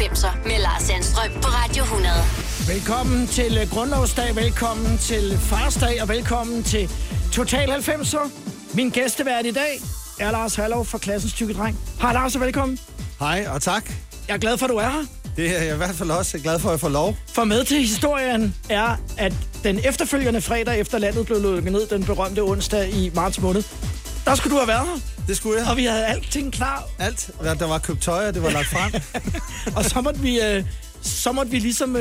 90'er med Lars Sandstrøm på Radio 100. Velkommen til Grundlovsdag, velkommen til Farsdag og velkommen til Total 90'er. Min gæstevært i dag er Lars Hallov fra Klassens Tykke Dreng. Hej Lars og velkommen. Hej og tak. Jeg er glad for, at du er her. Det er jeg i hvert fald også glad for, at jeg får lov. For med til historien er, at den efterfølgende fredag efter landet blev lukket ned, den berømte onsdag i marts måned, der skulle du have været her. Det skulle jeg. Og vi havde alting klar. Alt. Der var købt tøj, og det var lagt frem. Og så måtte vi ligesom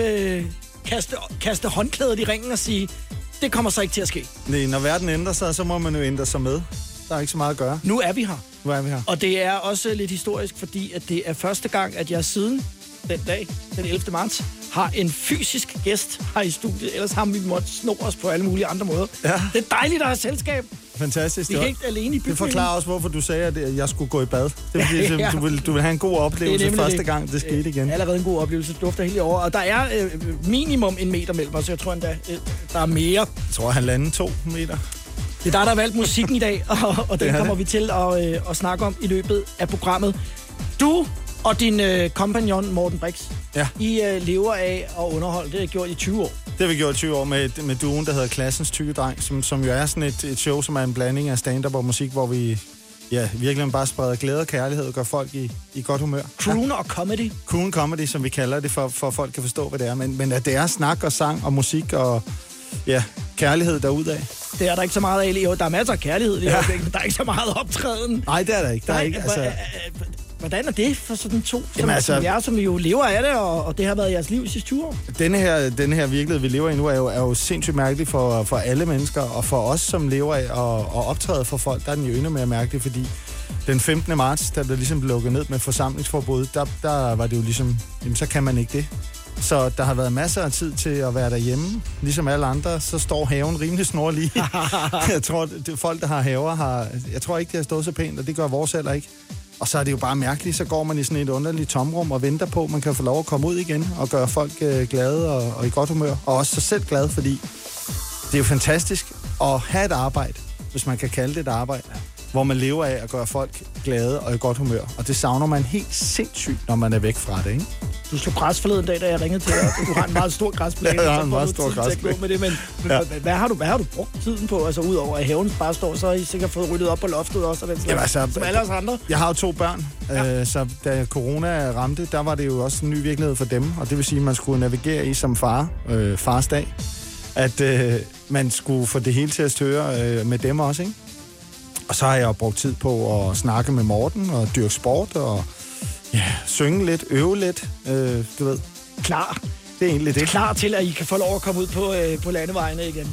kaste håndklædet i ringen og sige, det kommer så ikke til at ske. Nej, når verden ændrer sig, så må man jo ændre sig med. Der er ikke så meget at gøre. Nu er vi her. Og Og det er også lidt historisk, fordi at det er første gang, at jeg siden den dag, den 11. marts, har en fysisk gæst her i studiet. Ellers har vi måttet sno os på alle mulige andre måder. Ja. Det er dejligt at have selskab. Fantastisk. Vi er helt alene i bygningen. Det forklarer også, hvorfor du sagde, at jeg skulle gå i bad. Det er fordi, Ja. du vil have en god oplevelse første gang, det skete igen. Allerede en god oplevelse. Det dufter helt over. Og der er minimum 1 meter mellem os. Jeg tror endda, der er mere. Jeg tror, 1,5-2 meter. Det er der har valgt musikken i dag, og den kommer vi til at snakke om i løbet af programmet. Du og din kompagnon Morten Brix, Ja. I lever af at underholde. Det har I gjort i 20 år. Det har vi gjort 20 år med duoen, der hedder Klassens Tykke Dreng, som jo er sådan et show, som er en blanding af stand-up og musik, hvor vi virkelig bare spreder glæde og kærlighed og gør folk i godt humør. Croon og comedy. Croon comedy, som vi kalder det, for folk kan forstå, hvad det er. Men at det er snak og sang og musik og kærlighed derudad. Det er der ikke så meget af. Jo, der er masser af kærlighed i øjeblikket, men der er ikke så meget optræden. Nej, det er der ikke. Der er ikke altså... Hvordan er det for sådan to, som jer, som jo lever af det, og det har været jeres liv i sidste 20 år? Den her virkelighed, vi lever i nu, er jo sindssygt mærkelig for alle mennesker, og for os, som lever af at optræde for folk, der er den jo endnu mere mærkelig, fordi den 15. marts, da der ligesom blev lukket ned med forsamlingsforbud, der var det jo ligesom, jamen så kan man ikke det. Så der har været masser af tid til at være derhjemme. Ligesom alle andre, så står haven rimelig snorlig. Jeg tror, folk, der har haver, jeg tror ikke, det har stået så pænt, og det gør vores heller ikke. Og så er det jo bare mærkeligt, så går man i sådan et underligt tomrum og venter på, at man kan få lov at komme ud igen og gøre folk glade og i godt humør. Og også sig selv glade, fordi det er jo fantastisk at have et arbejde, hvis man kan kalde det et arbejde, hvor man lever af at gøre folk glade og i godt humør. Og det savner man helt sindssygt, når man er væk fra det, ikke? Du slog græs forleden dag, da jeg ringede til dig. Du har en meget stor græsplæne. Ja, jeg har en meget stor græsplæne. Men hvad har du brugt tiden på? Altså udover at haven bare står, så har I sikkert fået ryddet op på loftet også. Og den slags, jamen, altså, som alle os andre. Jeg har jo 2 børn, så da corona ramte, der var det jo også en ny virkelighed for dem. Og det vil sige, at man skulle navigere i som fars dag. At man skulle få det hele til at støre med dem også, ikke? Og så har jeg brugt tid på at snakke med Morten og dyrke sport og synge lidt, øve lidt, du ved. Klar. Det er egentlig det. Klar til, at I kan få lov at komme ud på landevejene igen.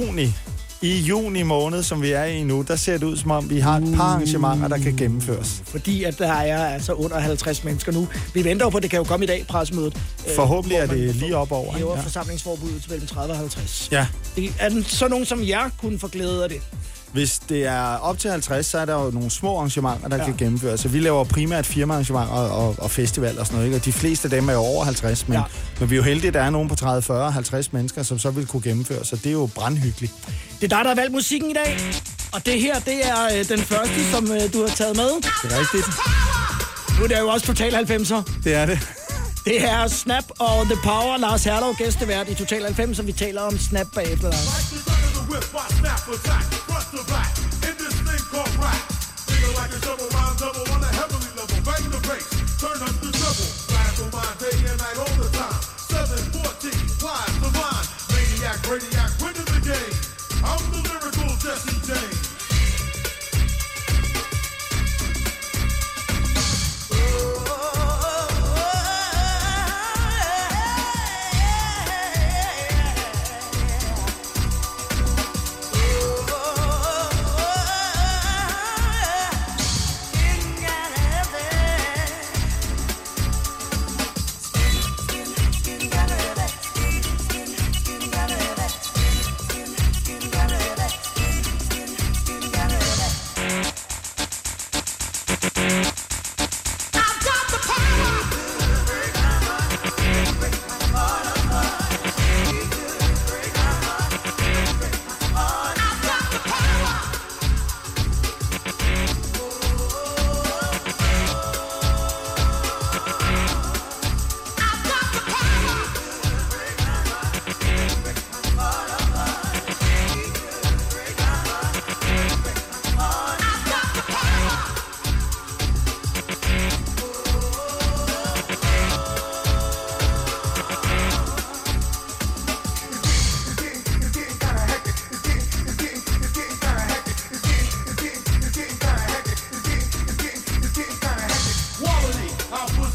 I juni måned, som vi er i nu, der ser det ud som om, vi har et par arrangementer, der kan gennemføres. Fordi at der er altså under 50 mennesker nu. Vi venter jo på, at det kan jo komme i dag, pressemødet. Forhåbentlig er det lige op over. Hæver forsamlingsforbuddet til mellem 30 og 50. Ja. Er den så nogen som jer kunne få glæde af det? Hvis det er op til 50, så er der jo nogle små arrangementer, der kan gennemføres. Så vi laver primært firmaarrangementer og festival og sådan noget, ikke? Og de fleste af dem er jo over 50, men vi er jo heldige, at der er nogen på 30, 40, 50 mennesker, som så vil kunne gennemføre, så det er jo brandhyggeligt. Det er dig, der har valgt musikken i dag, og det her, det er den første, som du har taget med. Det er rigtigt. Nu er det jo også Total 90'er. Det er det. Det er Snap og The Power. Lars Herlov, gæstevært i Total 90'er. Vi taler om Snap bagefter, Lars. Whip, I snap attack, front to back, in this thing called rap. Nigga like a double rhyme double on a heavenly level. Bang the bass, turn up the treble. Blast on my day and night all the time. 714, flies the line. Maniac, radiac, winning the game. I'm the lyrical Jesse James.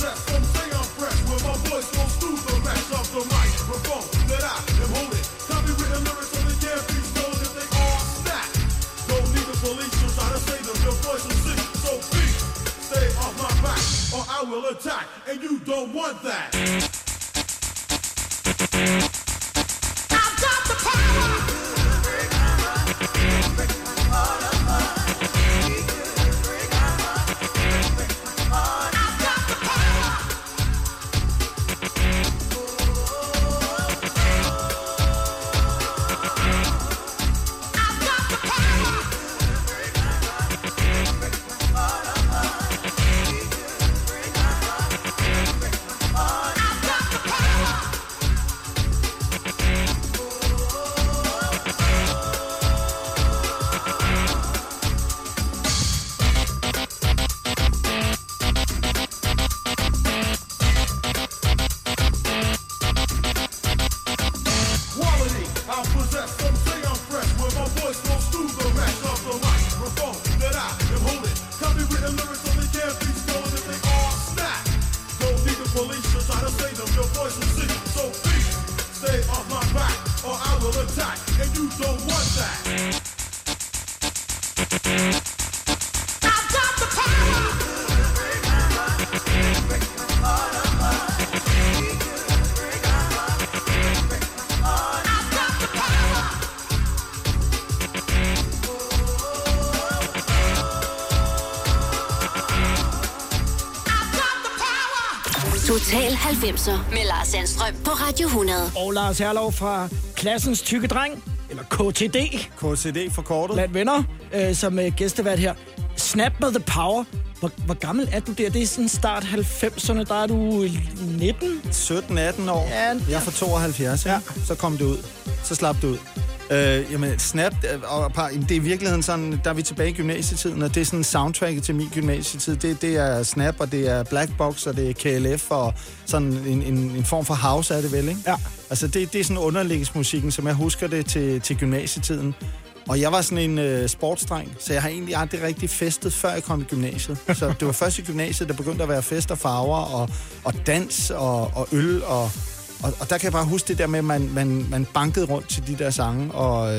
possess some say I'm fresh, where my voice goes through the rest of the microphone that I am holding. Copywritten lyrics so they can't be stolen if they all snap. Don't need the police to try to save them, your voice will sing. So please, stay off my back, or I will attack, and you don't want that. I've got the power! Total 90'er med Lars Sandstrøm på Radio 100. Og Lars Herlov fra Klassens Tykke Dreng, eller KTD. KTD forkortet. Blandt venner, som gæstevært her. Snap med The Power. Hvor gammel er du der? Det er sådan start 90'erne, der er du 19? 17-18 år. Ja. Jeg er fra 72, ja. Så kom det ud. Så slap det ud. Jamen, Snap, det er i virkeligheden sådan, der er vi tilbage i gymnasietiden, og det er sådan en soundtrack til min gymnasietid. Det er Snap, og det er Black Box, og det er KLF, og sådan en form for house er det vel, ikke? Ja. Altså, det er sådan underlægningsmusikken, som jeg husker det til gymnasietiden. Og jeg var sådan en sportsdreng, så jeg har egentlig aldrig rigtig festet, før jeg kom i gymnasiet. Så det var først i gymnasiet, der begyndte at være fest og farver, og dans, og øl, og der kan jeg bare huske det der med, at man bankede rundt til de der sange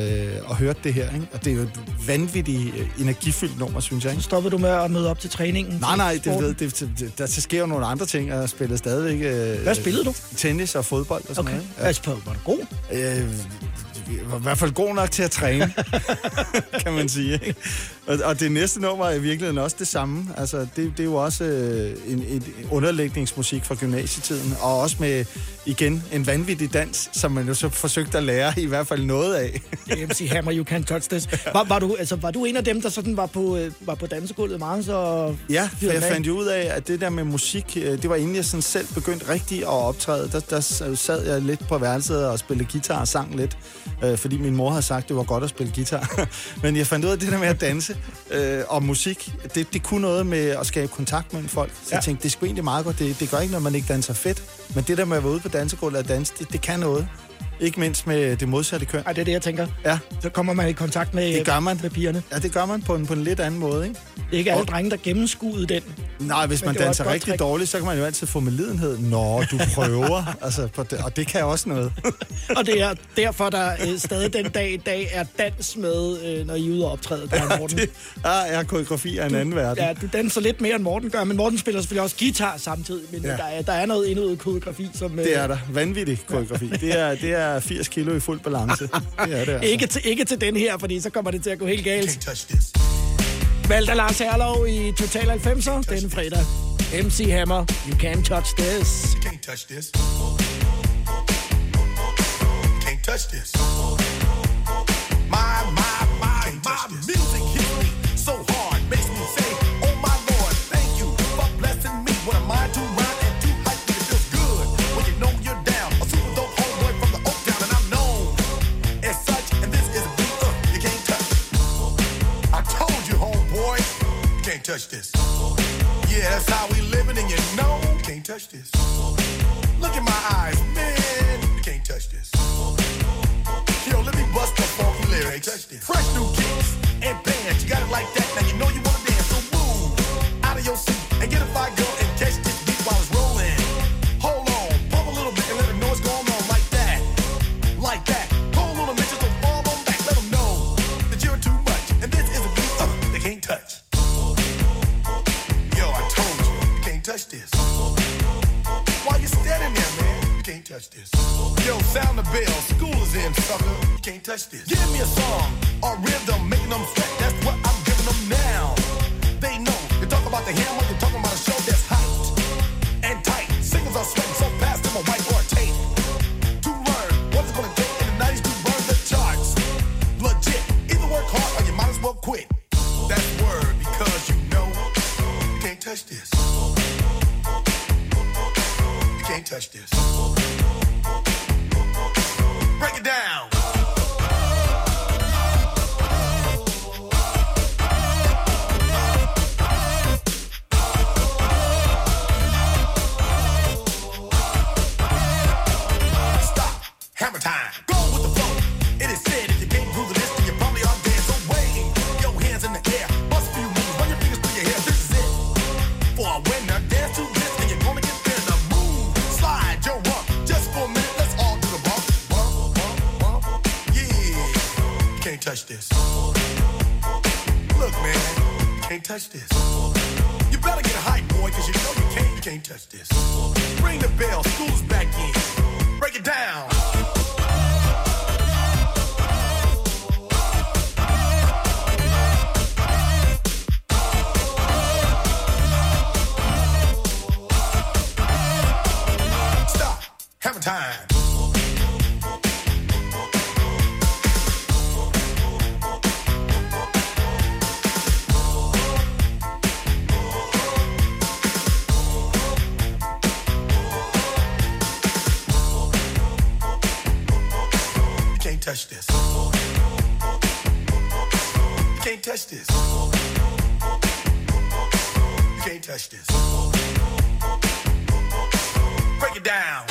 og hørte det her, ikke? Og det er jo et vanvittigt energifyldt nummer, synes jeg, ikke? Så stoppede du med at møde op til træningen? Nej, der sker jo nogle andre ting, og jeg spillede stadigvæk... Hvad spillede du? Tennis og fodbold og sådan noget. Ja. Altså, var du god? Var i hvert fald god nok til at træne, kan man sige, ikke? Og det næste nummer er i virkeligheden også det samme. Altså, det er jo også en underlægningsmusik fra gymnasietiden, og også med, igen, en vanvittig dans, som man jo så forsøgte at lære i hvert fald noget af. MC Hammer, You Can't Touch This. Var du en af dem, der sådan var på dansegulvet meget? Så ja, for jeg fandt jo ud af, at det der med musik, det var inden jeg sådan selv begyndte rigtig at optræde. Der sad jeg lidt på værelset og spillede guitar og sang lidt, fordi min mor havde sagt, at det var godt at spille guitar. Men jeg fandt ud af det der med at danse og musik, det kunne noget med at skabe kontakt mellem folk. Så jeg tænkte, det er sgu egentlig meget godt. Det gør ikke, når man ikke danser fedt. Men det der med at være ude på dansegulvet og danse, det kan noget. Ikke mindst med det modsatte køn. Ej, det er det, jeg tænker. Ja. Så kommer man i kontakt med pigerne. Ja, det gør man på en lidt anden måde, ikke? Det er ikke alle drenge, der gennemskuede den. Nej, hvis man danser rigtig dårligt, så kan man jo altid få medlidenhed. Nå, du prøver. Altså, og det kan også noget. Og det er derfor, der stadig den dag i dag er dans med, når I er ude og optræde, der Morten. Jeg har koreografi af en anden verden. Ja, du danser lidt mere, end Morten gør, men Morten spiller selvfølgelig også guitar samtidig. Men der er noget indøvet koreografi, som... Det er der. Vanvittig koreografi. Det er 80 kilo i fuld balance. Det er det, altså. Ikke til den her, fordi så kommer det til at gå helt galt. Valgt af Lars Herlov i Total 90'er denne fredag. MC Hammer, You Can't Touch This. You can't touch this. You can't touch this. My music hits me so hard, makes me say, oh my Lord, thank you for blessing me. What am I to run and too hype, but it feels good when you know you're down. A super dope homeboy from the Oak Town, and I'm known as such, and this is a beat you can't touch. I told you, homeboy, you can't touch this. Yeah, that's how we living, and you know you can't touch this. Look in my eyes, man, you can't touch this. Yo, let me bust the funky lyrics. Fresh new kicks and bands, you got it like that. Now you know you wanna dance, so move out of your seat and get a fire girl and catch this beat while it's rolling. Why you standing there, man? You can't touch this. Yo, sound the bell. School is in, sucker. You can't touch this. Give me a song or rhythm, making them sweat. That's what I'm giving them now. They know. You talk about the hammer, you're talking about a show that's hyped and tight. Singers are sweating so fast, them a whiteboard tape. To learn what's it gonna take in the 90s to burn the charts. Legit. Either work hard or you might as well quit. That's word because you know you can't touch this. You can't touch this. Break it down. Stop. Hammer time. Go with the flow. It is said if you can't groove to this, then you probably are dead. So wave your hands in the air. Bust a few moves. Run your fingers through your hair. This is it. For a winner, dance to this, and you're gonna get there. The move. Slide your rump. Just for a minute, let's all do the bump. Bump, bump, bump. Yeah. You can't touch this. Look, man. You can't touch this. You better get a hype, boy, cause you know you can't touch this. Ring the bell. School's back in. Break it down. Stop. Hammer time. You can't touch this. You can't touch this. You can't touch this. Break it down.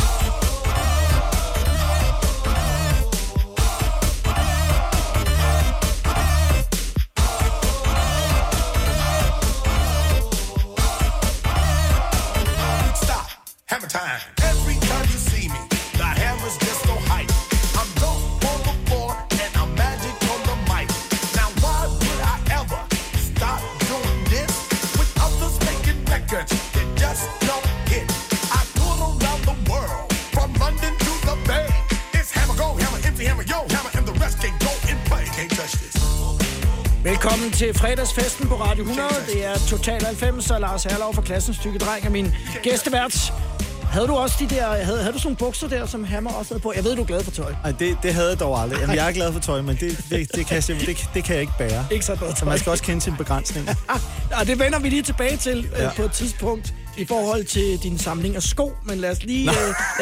Stop. Hammer time. Every time you see me, the hammer's just so hype. I'm dope on the floor and I'm magic on the mic. Now why would I ever stop doing this with others making records that just don't hit? I tour around the world from London to the Bay. It's hammer go, hammer empty, hammer yo, hammer and the rest can go and play. Can't touch this. Velkommen til fredagsfesten på Radio 100. Det er Total 90, og Lars Herlov fra Klassens Tykke Dreng er min gæstevært. Havde du også de der, havde du sådan nogle bukser der, som Hammer også havde på? Jeg ved, du er glad for tøj. Nej, det havde jeg dog aldrig. Jamen, jeg er glad for tøj, men det kan jeg ikke bære. Ikke så noget Så man skal også kende sin begrænsning. Og det vender vi lige tilbage til på et tidspunkt i forhold til din samling af sko. Men lad os lige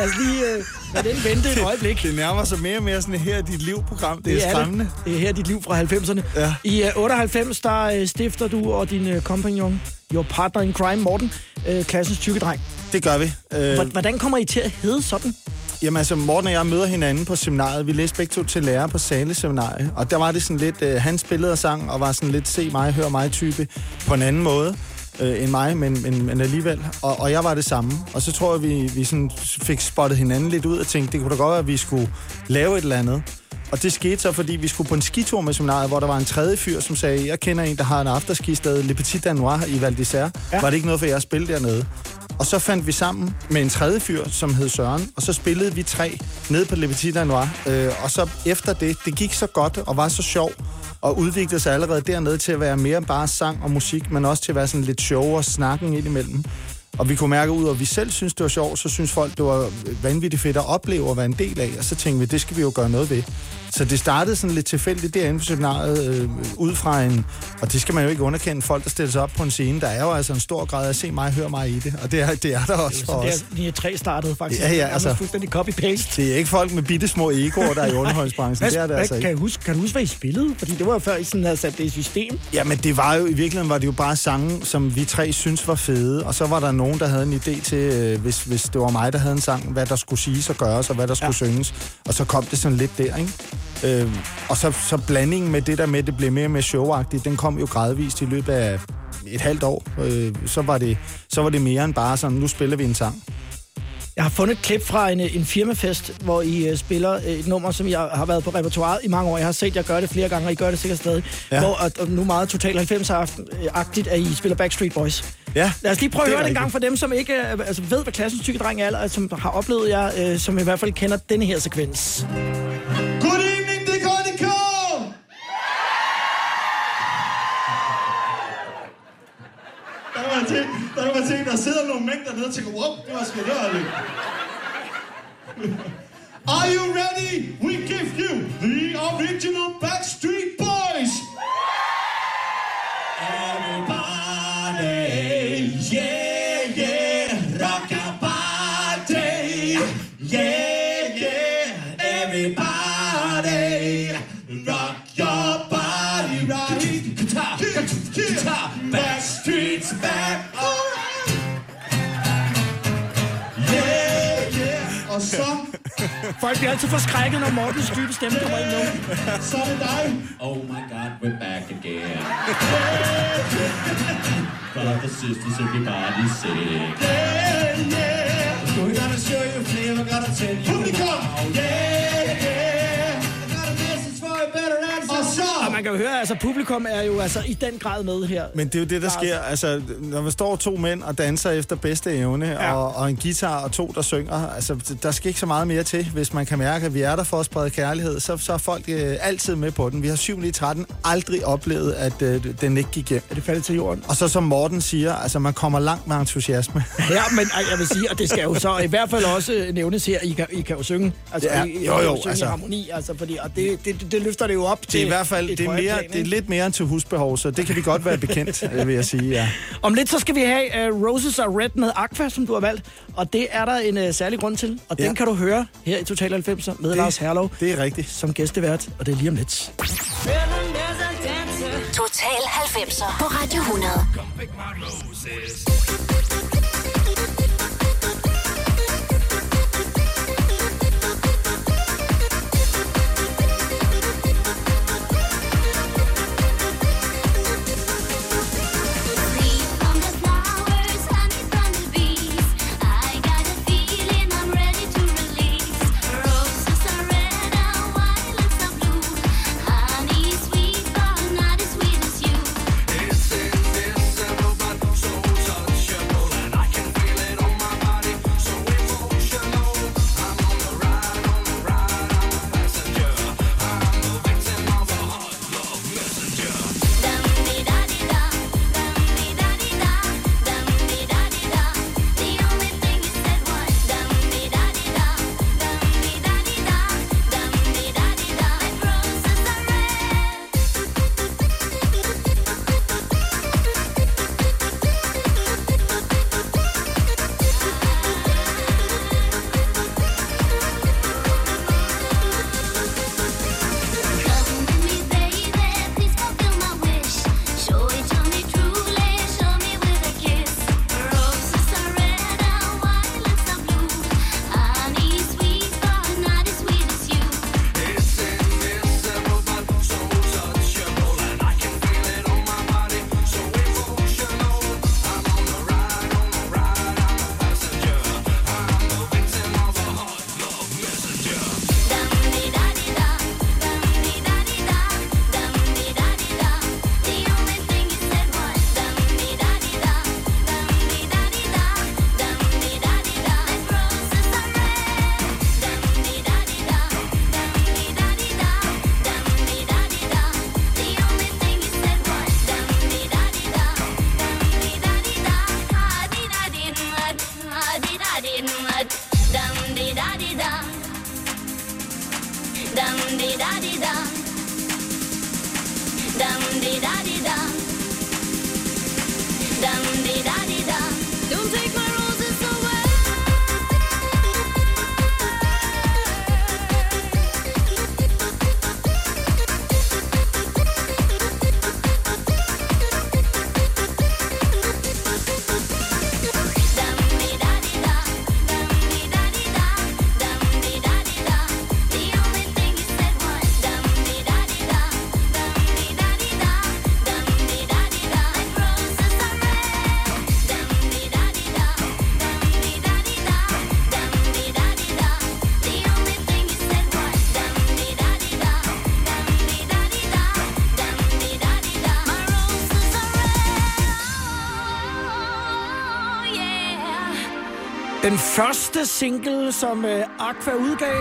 lad den vente et øjeblik. Det nærmer sig mere og mere sådan her dit liv-program. Det er skræmmende. Det er her dit liv fra 90'erne. Ja. I 98, der stifter du og din kompagnon, your partner in crime, Morten, Klassens Tykke Dreng. Det gør vi. Hvordan kommer I til at hedde sådan? Jamen altså, Morten og jeg møder hinanden på seminariet. Vi læste begge to til lærer på Sale Seminarie. Og der var det sådan lidt, han spillede og sang, og var sådan lidt se mig, hør mig type på en anden måde end mig, men alligevel. Og jeg var det samme. Og så tror jeg, vi sådan fik spottet hinanden lidt ud og tænkte, det kunne da godt være, at vi skulle lave et eller andet. Og det skete så, fordi vi skulle på en skitur med seminariet, hvor der var en tredje fyr, som sagde, jeg kender en, der har en afterski-sted, Le Petit Danois i Val d'Isère. Ja. Var det ikke noget for jer at spille dernede? Og så fandt vi sammen med en tredje fyr, som hed Søren, og så spillede vi 3 nede på Le Petit Danois. Og så efter det gik så godt og var så sjov, og udviklede sig allerede dernede til at være mere end bare sang og musik, men også til at være sådan lidt show og snakken indimellem. Og vi kunne mærke ud, at vi selv synes det var sjovt, så synes folk, det var vanvittigt fedt at opleve og være en del af. Og så tænkte vi, det skal vi jo gøre noget ved. Så det startede sådan lidt tilfældigt derinde på seminariet, ud fra en... Og det skal man jo ikke underkende, folk, der stiller sig op på en scene. Der er jo altså en stor grad af at se mig, hør mig i det. Og det er der også for os. Linje 3 startede faktisk. Ja, altså... fuldstændig copy-paste. Det er ikke folk med bittesmå egoer, der er i underholdningsbranchen. Det er det altså ikke. Kan du huske, hvad I spillede? Fordi det var jo før, I sådan havde sat det i system. Jamen, det var jo... I virkeligheden var det jo bare sange, som vi 3 synes var fede. Og så var der nogen, der havde en idé til, hvis det var mig, der havde en sang, hvad der skulle siges og gøres, og hvad der skulle synges. Og så kom det sådan lidt der, ikke? Og så blandingen med det der med, det blev mere og mere showagtigt, den kom jo gradvist i løbet af et halvt år. Så var det mere end bare sådan, nu spiller vi en sang. Jeg har fundet et klip fra en firmafest, hvor I spiller et nummer, som jeg har været på repertoiret i mange år. Jeg har set jer gøre det flere gange, og I gør det sikkert stadig. Ja. Hvor, og nu meget Total 90-agtigt, at I spiller Backstreet Boys. Ja, lad os lige prøve at det er høre den rigtigt. gang for dem, som ikke ved, hvad Klassens Tykke Dreng er, som har oplevet jer, som i hvert fald kender denne her sekvens. Good evening, det går det går! Der kan man tænke, der sidder nogle mængder nede og tænker, wow, det var sgu dørligt. Are you ready? We give you the original Backstreet Boys! Everybody, yeah, yeah, rock your body, yeah, yeah, everybody, rock your body, right? Guitar, Backstreet's back, alright. Yeah, yeah, og så... Folk bliver altid forskrækket, når Mortens dybe stemme kommer ind nu. Så er det dig. Oh my god, we're back again. Brothers, sisters, everybody sing. Yeah, yeah. We're gonna show you flavor, gonna tell you. Publikum! Yeah, yeah. I got a message for a better answer. Og så... Og man kan jo høre, altså publikum er jo altså i den grad med her. Men det er jo det, der sker. Altså, når man står 2 mænd og danser efter bedste evne, Ja. og en guitar og 2, der synger, altså, der skal ikke så meget mere til. Hvis man kan mærke, at vi er der for at sprede kærlighed, så er folk altid med på den. Vi har 7-13 aldrig oplevet, at den ikke gik hjem. Er det faldet til jorden? Og så som Morten siger, altså man kommer langt med entusiasme. Ja, men jeg vil sige, og det skal jo så i hvert fald også nævnes her, I kan jo synge. Altså, Ja, I kan jo, synge altså. i harmoni, altså, fordi, og det løfter det jo op til Det er i hvert fald et højere plan, det er lidt mere end til husbehov, så det kan vi godt være bekendt, vil jeg sige, ja. Om lidt så skal vi have Roses Are Red med Aqua, som du har valgt, og det er der en særlig grund til, og den kan du høre her i Total 90'er med Lars Herlov. Det er rigtigt. Som gæstevært, og det er lige om lidt. Total 90'er på Radio 100. Don't take my roses away. Den første single, som Aqua udgav,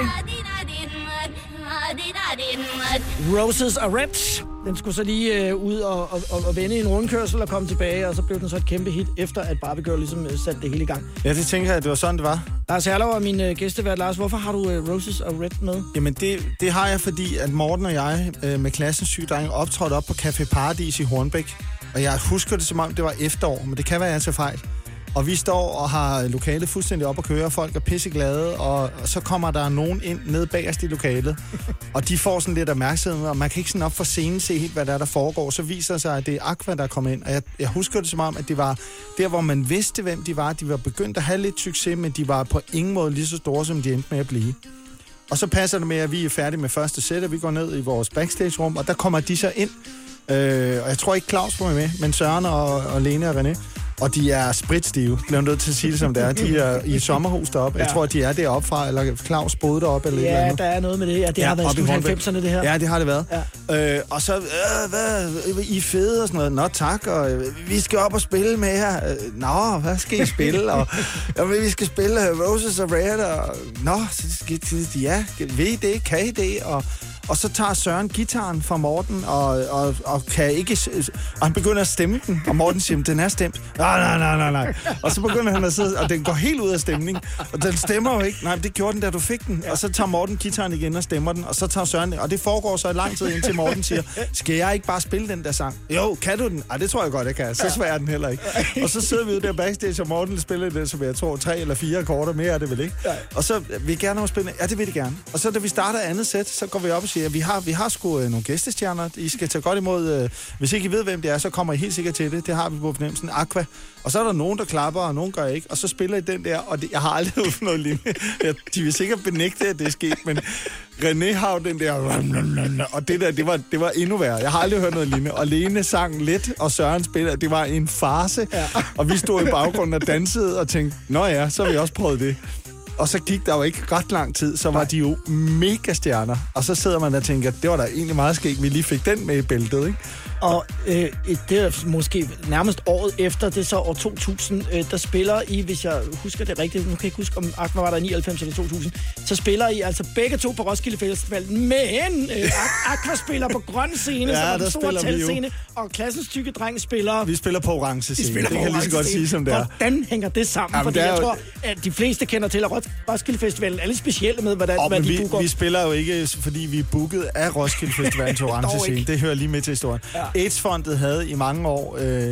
Roses Are Red. Den skulle så lige ud og vende i en rundkørsel og komme tilbage, og så blev den så et kæmpe hit, efter at Barbie Girl ligesom satte det hele i gang. Ja, det tænker jeg, at det var sådan, det var. Lars Herlov er min gæstevært. Lars, hvorfor har du Roses Are Red med? Jamen, det har jeg, fordi at Morten og jeg med klassens sygedrenge optrådte op på Café Paradis i Hornbæk. Og jeg husker det, som om det var efterår, men det kan være, jeg tager fejl. Og vi står og har lokalet fuldstændig op at køre, folk er pisseglade, og så kommer der nogen ind ned bagerst i lokalet, og de får sådan lidt opmærksomhed, og man kan ikke sådan op for scenen se helt, hvad der foregår. Så viser det sig, at det er Aqua, der kommer ind, og jeg husker det som om, at det var der, hvor man vidste, hvem de var. De var begyndt at have lidt succes, men de var på ingen måde lige så store, som de endte med at blive. Og så passer det med, at vi er færdige med første sæt, og vi går ned i vores backstage-rum, og der kommer de så ind. Og jeg tror ikke Claus var med, men Søren og Lene og René. Og de er spritstive, bliver nødt til at sige det som det er. De er i et sommerhus deroppe. Ja. Jeg tror, at de er deroppe fra, eller Claus boede deroppe. Eller ja, et eller andet. Der er noget med det. Ja, det har været i 90'erne, det her. Ja, det har det været. Ja. Og så, I er fede og sådan noget. Nå, tak, og vi skal op og spille med jer. Nå, hvad skal I spille? Og vi skal spille Roses Are Red, og nå, ja, ved I det? Kan I det? Og så tager Søren gitaren fra Morten, og kan ikke... Og han begynder at stemme den, og Morten siger, den er stemt. Nej. Og så begynder han at sidde, og den går helt ud af stemning. Og den stemmer jo ikke. Nej, det gjorde den, da du fik den. Og så tager Morten gitaren igen og stemmer den, og så tager Søren den. Og det foregår så i lang tid, indtil Morten siger, skal jeg ikke bare spille den der sang? Jo, kan du den? Ej, det tror jeg godt, jeg kan. Så svær er den heller ikke. Og så sidder vi ude der backstage, og Morten spiller den, som jeg tror, 3 eller 4 akkorder. Mere er det vel ikke? Og så vil vi gerne have spille. Ja, det vil de gerne. Og så da vi starter andet sæt, så går vi op og siger, vi har sgu nogle gæstestjerner. I skal tage godt imod. Hvis ikke I ved, hvem det er, så kommer I helt sikkert til det. Det har vi på fornemmelsen. Aqua. Og så er der nogen, der klapper, og nogen gør ikke. Og så spiller I den der, og jeg har aldrig hørt noget lignende. De vil sikkert benægte, at det er sket, men René har jo den der... Og det der, det var endnu værre. Jeg har aldrig hørt noget lignende. Og Lene sang lidt, og Søren spiller. Det var en farce. Ja. Og vi stod i baggrunden og dansede og tænkte, nå ja, så har vi også prøvet det. Og så gik der jo ikke ret lang tid, så var de jo mega stjerner. Og så sidder man og tænker, det var da egentlig meget skægt, vi lige fik den med i bæltet, ikke? Og det er måske nærmest året efter, det er så år 2000, der spiller I, hvis jeg husker det rigtigt, nu kan jeg ikke huske, om Aqua var der i 99 eller 2000, så spiller I altså begge to på Roskilde Festival, men Aqua spiller på grøn scene, ja, som en stor telscene, og klassens tykke dreng spiller... Vi spiller på orange scene, det kan jeg lige så godt sige, som det er. Hvordan hænger det sammen? Jamen, fordi jeg tror, at de fleste kender til, at Roskilde Festival er lidt specielle med, hvad de booker. Vi spiller jo ikke, fordi vi er booket af Roskilde Festival til orange scene. Det hører lige med til historien. Ja. AIDS-fondet havde i mange år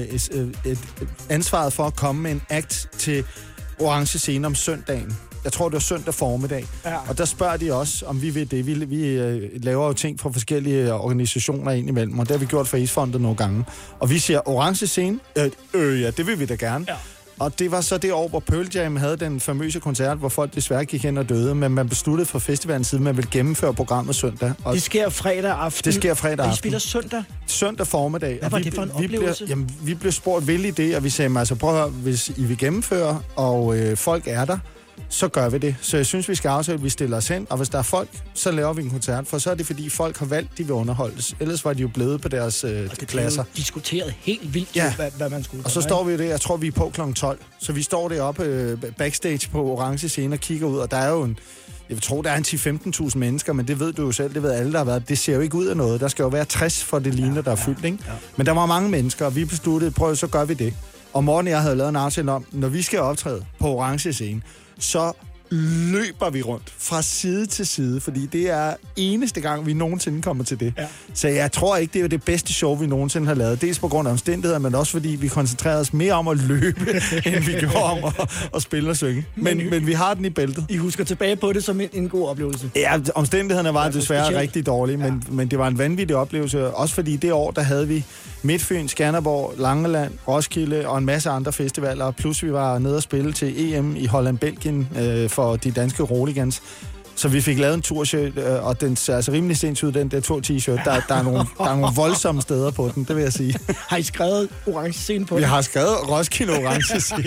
et ansvaret for at komme med en act til orange scene om søndagen. Jeg tror, det var søndag formiddag. Ja. Og der spørger de også, om vi vil det. Vi laver jo ting fra forskellige organisationer indimellem, og det har vi gjort for AIDS-fondet nogle gange. Og vi siger, orange scene? Ja, det vil vi da gerne. Ja. Og det var så det år, hvor Pearl Jam havde den famøse koncert, hvor folk desværre gik hen og døde, men man besluttede fra festivalens side, at man ville gennemføre programmet søndag. Og det sker fredag aften. Det sker fredag aften. Og I spiller søndag? Søndag formiddag. Hvad var det for en oplevelse? Vi blev spurgt, vil I det? Og vi sagde, altså prøv at høre, hvis I vil gennemføre, og folk er der, så gør vi det. Så jeg synes, vi skal aftale, at vi stiller os hen, og hvis der er folk, så laver vi en koncert, for så er det, fordi folk har valgt, de vil underholdes. Ellers var de jo blevet på deres pladser. Det diskuteret helt vildt, ja. hvad man skulle gøre. Og så står vi jo der, jeg tror, vi er på kl. 12. Så vi står deroppe backstage på orange scene og kigger ud, og der er jo jeg tror, der er en 10-15.000 mennesker, men det ved du jo selv, det ved alle, der har været. Det ser jo ikke ud af noget. Der skal jo være 60 for det ligner, der er fyldt, ikke? Ja. Men der var mange mennesker, og vi besluttede, prøv, så gør vi det. Og Morten og jeg havde lavet en aftale om, når vi skal optræde på orange scene, så løber vi rundt fra side til side, fordi det er eneste gang, vi nogensinde kommer til det. Ja. Så jeg tror ikke, det er det bedste show, vi nogensinde har lavet. Dels på grund af omstændigheder, men også fordi vi koncentrerede os mere om at løbe, end vi gjorde om at spille og synge. Men vi har den i bæltet. I husker tilbage på det som en god oplevelse? Ja, omstændighederne var desværre rigtig dårlige, men det var en vanvittig oplevelse. Også fordi det år, der havde vi Midtfyn, Skanderborg, Langeland, Roskilde og en masse andre festivaler. Plus vi var nede og spille til EM i Holland-Belgien for de danske Roligans. Så vi fik lavet en turshirt, og den ser altså rimelig sindssygt ud, den der tur-t-shirt. Der er nogle voldsomme steder på den, det vil jeg sige. Har I skrevet orange scene på den? Vi har skrevet Roskilde orange scene.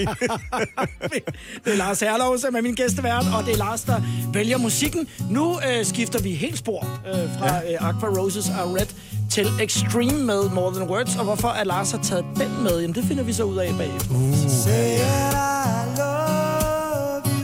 Det er Lars Herlov, som er min gæstevært, og det er Lars, der vælger musikken. Nu skifter vi helt spor fra Aqua Roses Are Red til Extreme med More Than Words, og hvorfor at Lars har taget den med, jamen det finder vi så ud af bagefter.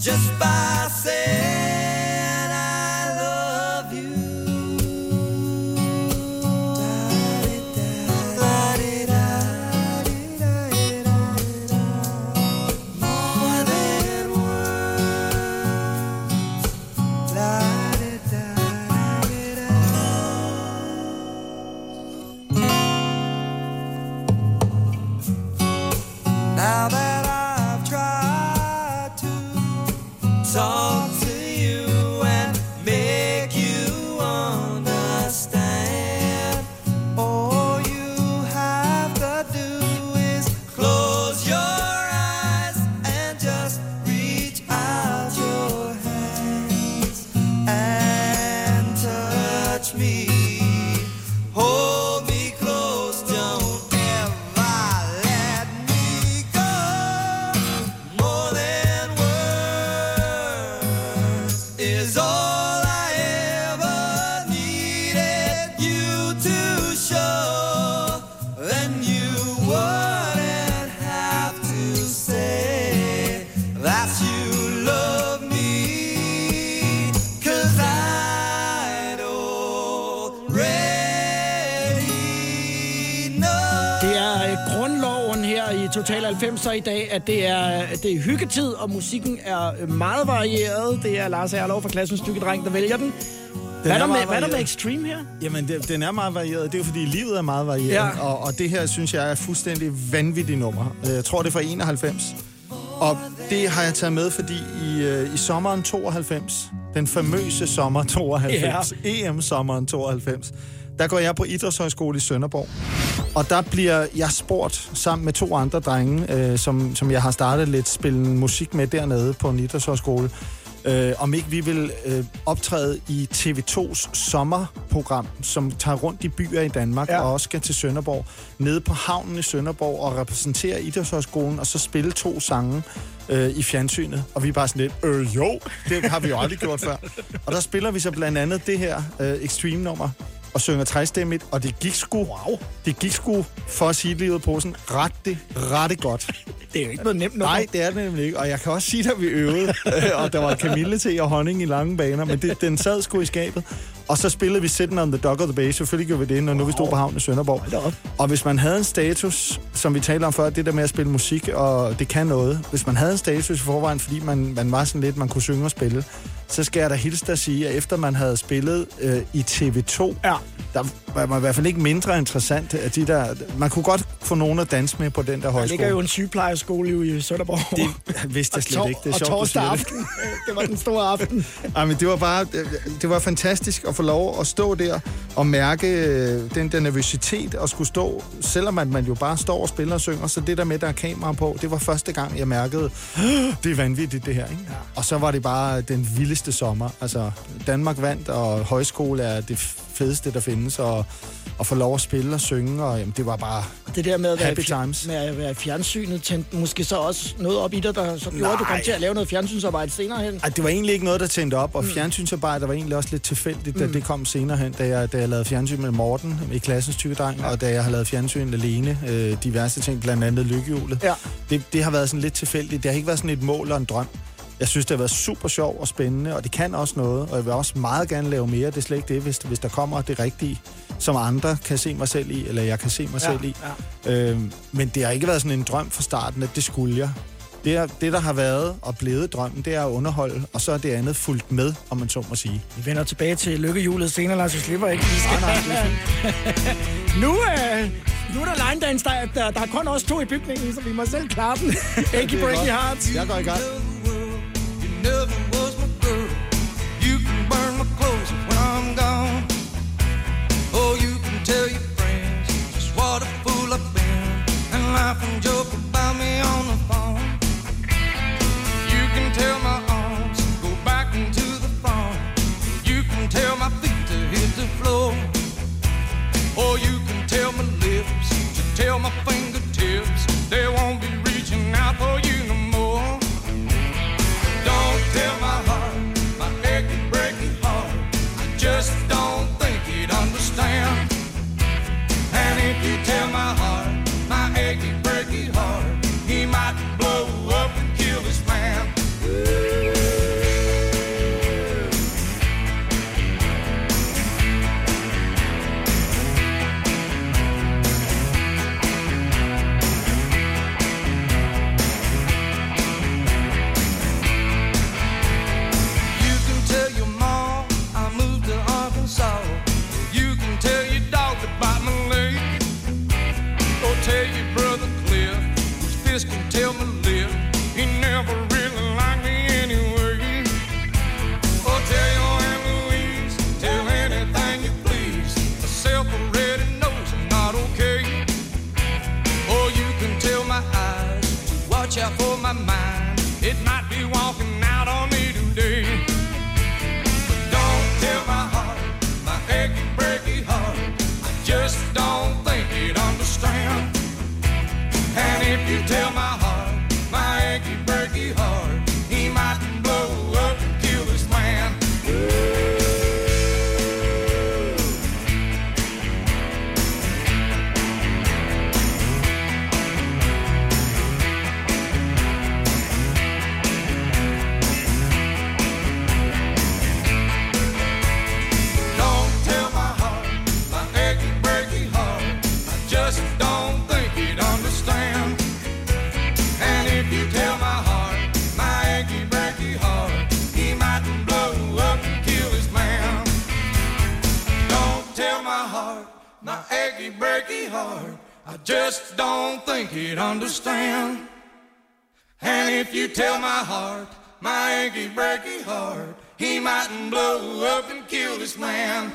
just by saying I love you. More than now that I've tried to talk to you and make you understand, all you have to do is close your eyes and just reach out your hands and touch me. Hold me close, don't ever let me go. More than words is all I ever needed you to show. Then you wouldn't have to say that you love me, 'cause I'd already know. Det er grundloven her i Total 90'er i dag, at det er hyggetid, og musikken er meget varieret. Det er Lars Erlov fra Klassens Stykkedreng, der vælger den. Hvad er der med Extreme her? Jamen, den er meget varieret. Det er jo fordi, livet er meget varieret. Ja. Og det her, synes jeg, er fuldstændig vanvittigt nummer. Jeg tror, det er fra 91. Og det har jeg taget med, fordi i sommeren 92, den famøse sommer 92, EM-sommeren 92, der går jeg på Idrætshøjskole i Sønderborg. Og der bliver jeg spurgt sammen med 2 andre drenge, som jeg har startet lidt spille musik med dernede på en idrætshøjskole, om ikke vi vil optræde i TV2's sommerprogram, som tager rundt i byer i Danmark, og også skal til Sønderborg, nede på havnen i Sønderborg og repræsentere Idrætshøjskolen, og så spille 2 sange i fjernsynet. Og vi er bare sådan lidt, jo, det har vi jo aldrig gjort før. Og der spiller vi så blandt andet det her Extreme-nummer, og synger træstemmigt, og det gik sgu, for at sige det ud på sådan, ret godt. Det er jo ikke noget nemt nummer. Nej, det er det nemlig ikke. Og jeg kan også sige, at vi øvede, og der var kamillete og honning i lange baner, men den sad sgu i skabet. Og så spillede vi Sitting on the Dock of the Bay. Selvfølgelig gjorde vi det, når nu vi stod på havnen i Sønderborg. Og hvis man havde en status, som vi talte om før, det der med at spille musik, og det kan noget. Hvis man havde en status i forvejen, fordi man var sådan lidt, man kunne synge og spille, så skal jeg da hilse at sige, at efter man havde spillet i TV2, der var man i hvert fald ikke mindre interessant. At de der, man kunne godt få nogen at danse med på den der højskole. Der ligger jo en sygeplejerskole i Sønderborg. Det vidste jeg slet ikke. Det er og sjovt, torsdag aften, det var den store aften. Ej, men det var fantastisk at få lov at stå der og mærke den der nervøsitet og skulle stå, selvom man jo bare står og spiller og synger, så det der med, der er kamera på, det var første gang, jeg mærkede, det er vanvittigt det her, ikke? Ja. Og så var det bare den vildeste sommer. Altså, Danmark vandt, og højskole er det fedeste, der findes, og få lov at spille og synge, og jamen, det var bare det der med happy times. Med at være fjernsynet, tændte måske så også noget op i dig, der så gjorde, at du kom til at lave noget fjernsynsarbejde senere hen? Ej, det var egentlig ikke noget, der tændte op, og fjernsynsarbejde var egentlig også lidt tilfældigt, da det kom senere hen, da jeg lavede fjernsyn med Morten i Klassens Stykkedreng, og da jeg har lavet fjernsyn alene, diverse ting, blandt andet Lykkehjulet. Ja. Det har været sådan lidt tilfældigt. Det har ikke været sådan et mål og en drøm. Jeg synes, det har været super sjovt og spændende, og det kan også noget, og jeg vil også meget gerne lave mere. Det er slet ikke det, hvis der kommer det rigtige, som andre kan se mig selv i, eller jeg kan se mig selv i. Ja. Men det har ikke været sådan en drøm fra starten, at det skulle jeg. Det, der har været og blevet drømmen, det er at underholde, og så er det andet fulgt med, om man så må sige. Vi vender tilbage til Lykkehjulet senere, Lars, vi slipper ikke. Nu er der line dance, der er kun også 2 i bygningen, så vi må selv klare den. Achy Breaky Hearts. Jeg går i gang. Never was my girl. You can burn my clothes when I'm gone. Oh, you can tell your friends just what a fool I've been, and laugh and joke about me on the phone. You can tell my arms go back into the phone. You can tell my feet to hit the floor. Or you can tell my lips to tell my fingertips they won't be reaching out for you no more. Don't tell my heart, my achy, breaky heart, I just don't think he'd understand. And if you tell my heart, my achy, breaky heart, he might blow up and kill this man. if you tell my heart, my achy breaky heart, he might blow up and kill this man. My achy breaky heart, I just don't think he'd understand. And if you tell my heart, my achy breaky heart, he mightn't blow up and kill this man.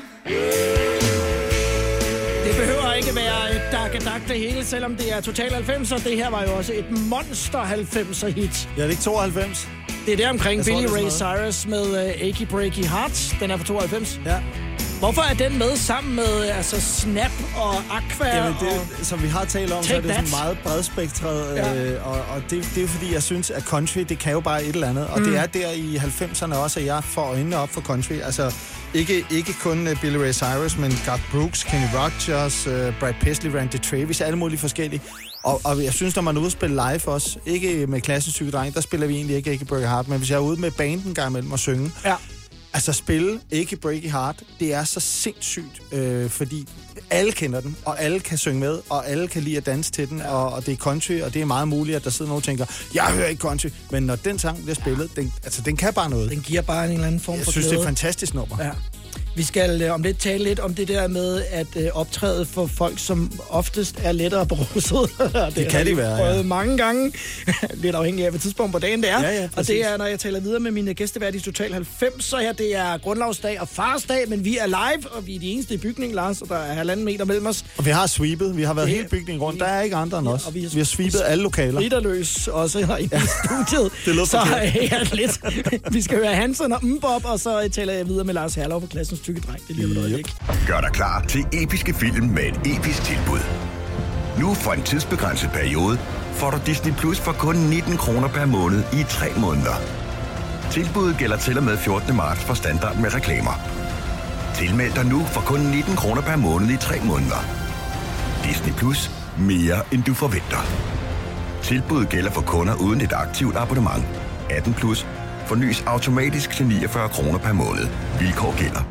Det behøver ikke være et dak det hele, selvom det er Total 90'er. Det her var jo også et monster 90'er hit. Ja, det er ikke 92? Det er der omkring Billy Ray Cyrus med Achy Breaky Heart. Den er fra 92. Ja. Hvorfor er den med sammen med Snap og Aqua? Jamen, det, som vi har talt om, så er det sådan meget bredspektret. Ja. Og det er fordi, jeg synes, at country, det kan jo bare et eller andet. Og det er der i 90'erne også, at jeg får øjnene op for country. Altså, ikke kun Billy Ray Cyrus, men Garth Brooks, Kenny Rogers, Brad Paisley, Randy Travis, alle mulige forskellige. Og jeg synes, når man er ude og spille live også, ikke med Klassisk Psykedreng, der spiller vi egentlig ikke Breaky Heart, men hvis jeg er ude med banden gang imellem og synge, altså spille Achy Breaky Heart, det er så sindssygt, fordi alle kender den, og alle kan synge med, og alle kan lide at danse til den, og det er country, og det er meget muligt, at der sidder nogen og tænker, jeg hører ikke country, men når den sang bliver spillet, den kan bare noget. Den giver bare en eller anden form for Jeg synes, det er et fantastisk nummer. Ja. Vi skal om lidt tale lidt om det der med at optræde for folk, som oftest er lettere beruset. Det kan de være, prøvet mange gange. Lidt afhængig af, hvad tidspunkt på dagen det er. Ja, og det er, når jeg taler videre med mine gæstevært i Total 90, så her det er grundlovsdag og farsdag, men vi er live, og vi er de eneste i bygningen, Lars, og der er 1,5 meter mellem os. Og vi har sweepet. Vi har været hele bygningen rundt. Der er ikke andre end os. Og vi har sweepet alle lokaler. Ritterløs også herinde i studiet. Det lød så lidt. Vi skal høre Hansen og Mbop, og så taler jeg videre med Lars Herlov på Klassens Psykedreng. Det lige noget ikke. Gør dig klar til episke film med et episk tilbud. Nu for en tidsbegrænset periode får du Disney Plus for kun 19 kroner per måned i 3 måneder. Tilbuddet gælder til og med 14. marts for standard med reklamer. Tilmeld dig nu for kun 19 kroner per måned i 3 måneder. Disney Plus. Mere end du forventer. Tilbuddet gælder for kunder uden et aktivt abonnement. 18 plus. Fornyes automatisk til 49 kroner per måned. Vilkår gælder.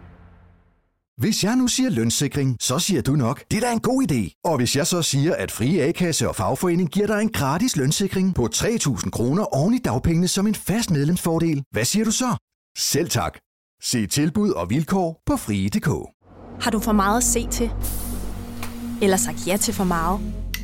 Hvis jeg nu siger lønssikring, så siger du nok, det er da en god idé. Og hvis jeg så siger, at Frie A-kasse og fagforening giver dig en gratis lønssikring på 3.000 kroner oven i dagpengene som en fast medlemsfordel, hvad siger du så? Selv tak. Se tilbud og vilkår på frie.dk. Har du for meget at se til? Eller sagt ja til for meget?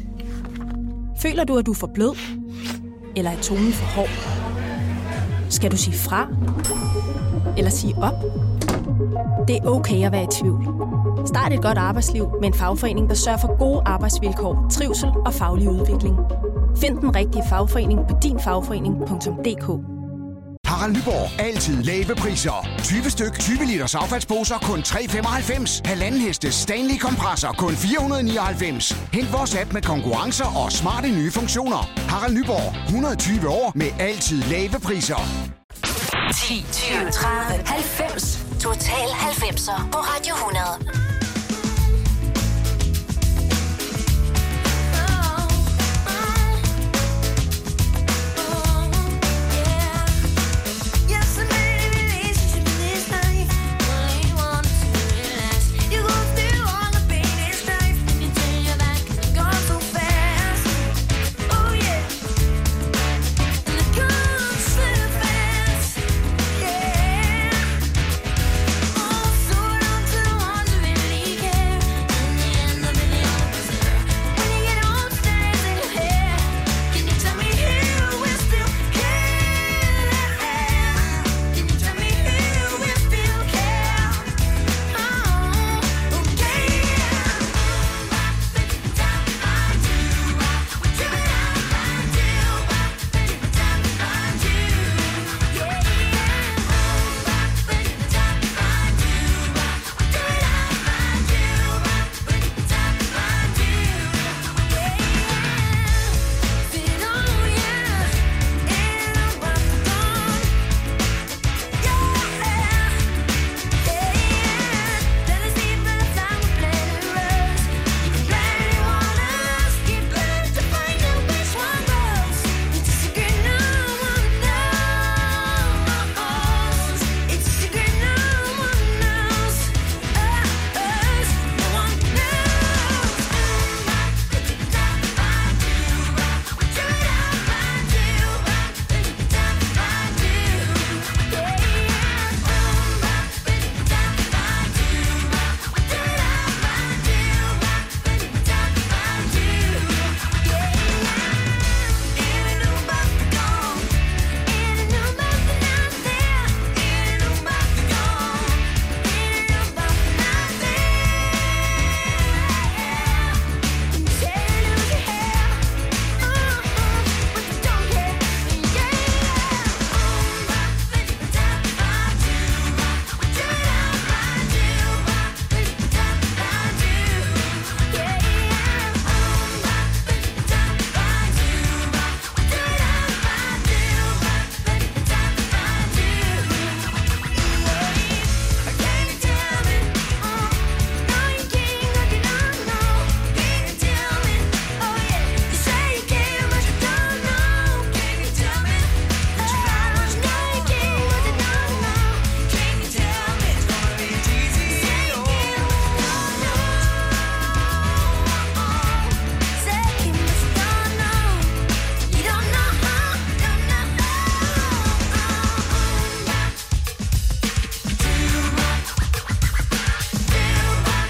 Føler du, at du er for blød? Eller er tonen for hård? Skal du sige fra? Eller sige op? Det er okay at være i tvivl. Start et godt arbejdsliv med en fagforening, der sørger for gode arbejdsvilkår, trivsel og faglig udvikling. Find den rigtige fagforening på dinfagforening.dk. Harald Nyborg. Altid lave priser. 20 styk, 20 liters affaldsposer kun 3,95. Halvanden hestes Stanley kompresser kun 499. Hent vores app med konkurrencer og smarte nye funktioner. Harald Nyborg. 120 år med altid lave priser. 10, 20, 30, 90. Total 90'er på Radio 100. Really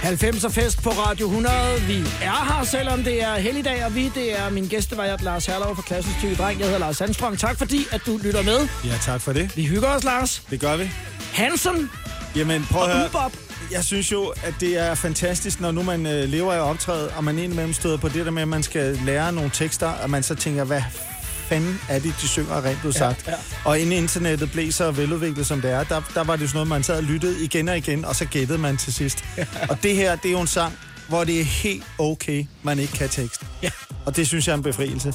90'er fest på Radio 100. Vi er her, selvom det er helligdag, og det er min gæstevært Lars Herlov fra Klassens Tykke Dreng. Jeg hedder Lars Sandstrøm. Tak fordi, at du lytter med. Ja, tak for det. Vi hygger os, Lars. Det gør vi. Hansen. Jamen, prøv at høre. Ubop. Jeg synes jo, at det er fantastisk, når nu man lever af optræde, og man indimellem støder på det der med, at man skal lære nogle tekster, og man så tænker, hvad fanden er det, de synger rent ud sagt. Ja. Og inden internettet blev så veludviklet, som det er, der var det jo sådan noget, man sad og lyttede igen og igen, og så gættede man til sidst. Ja. Og det her, det er jo en sang, hvor det er helt okay, man ikke kan tekst. Ja. Og det synes jeg er en befrielse.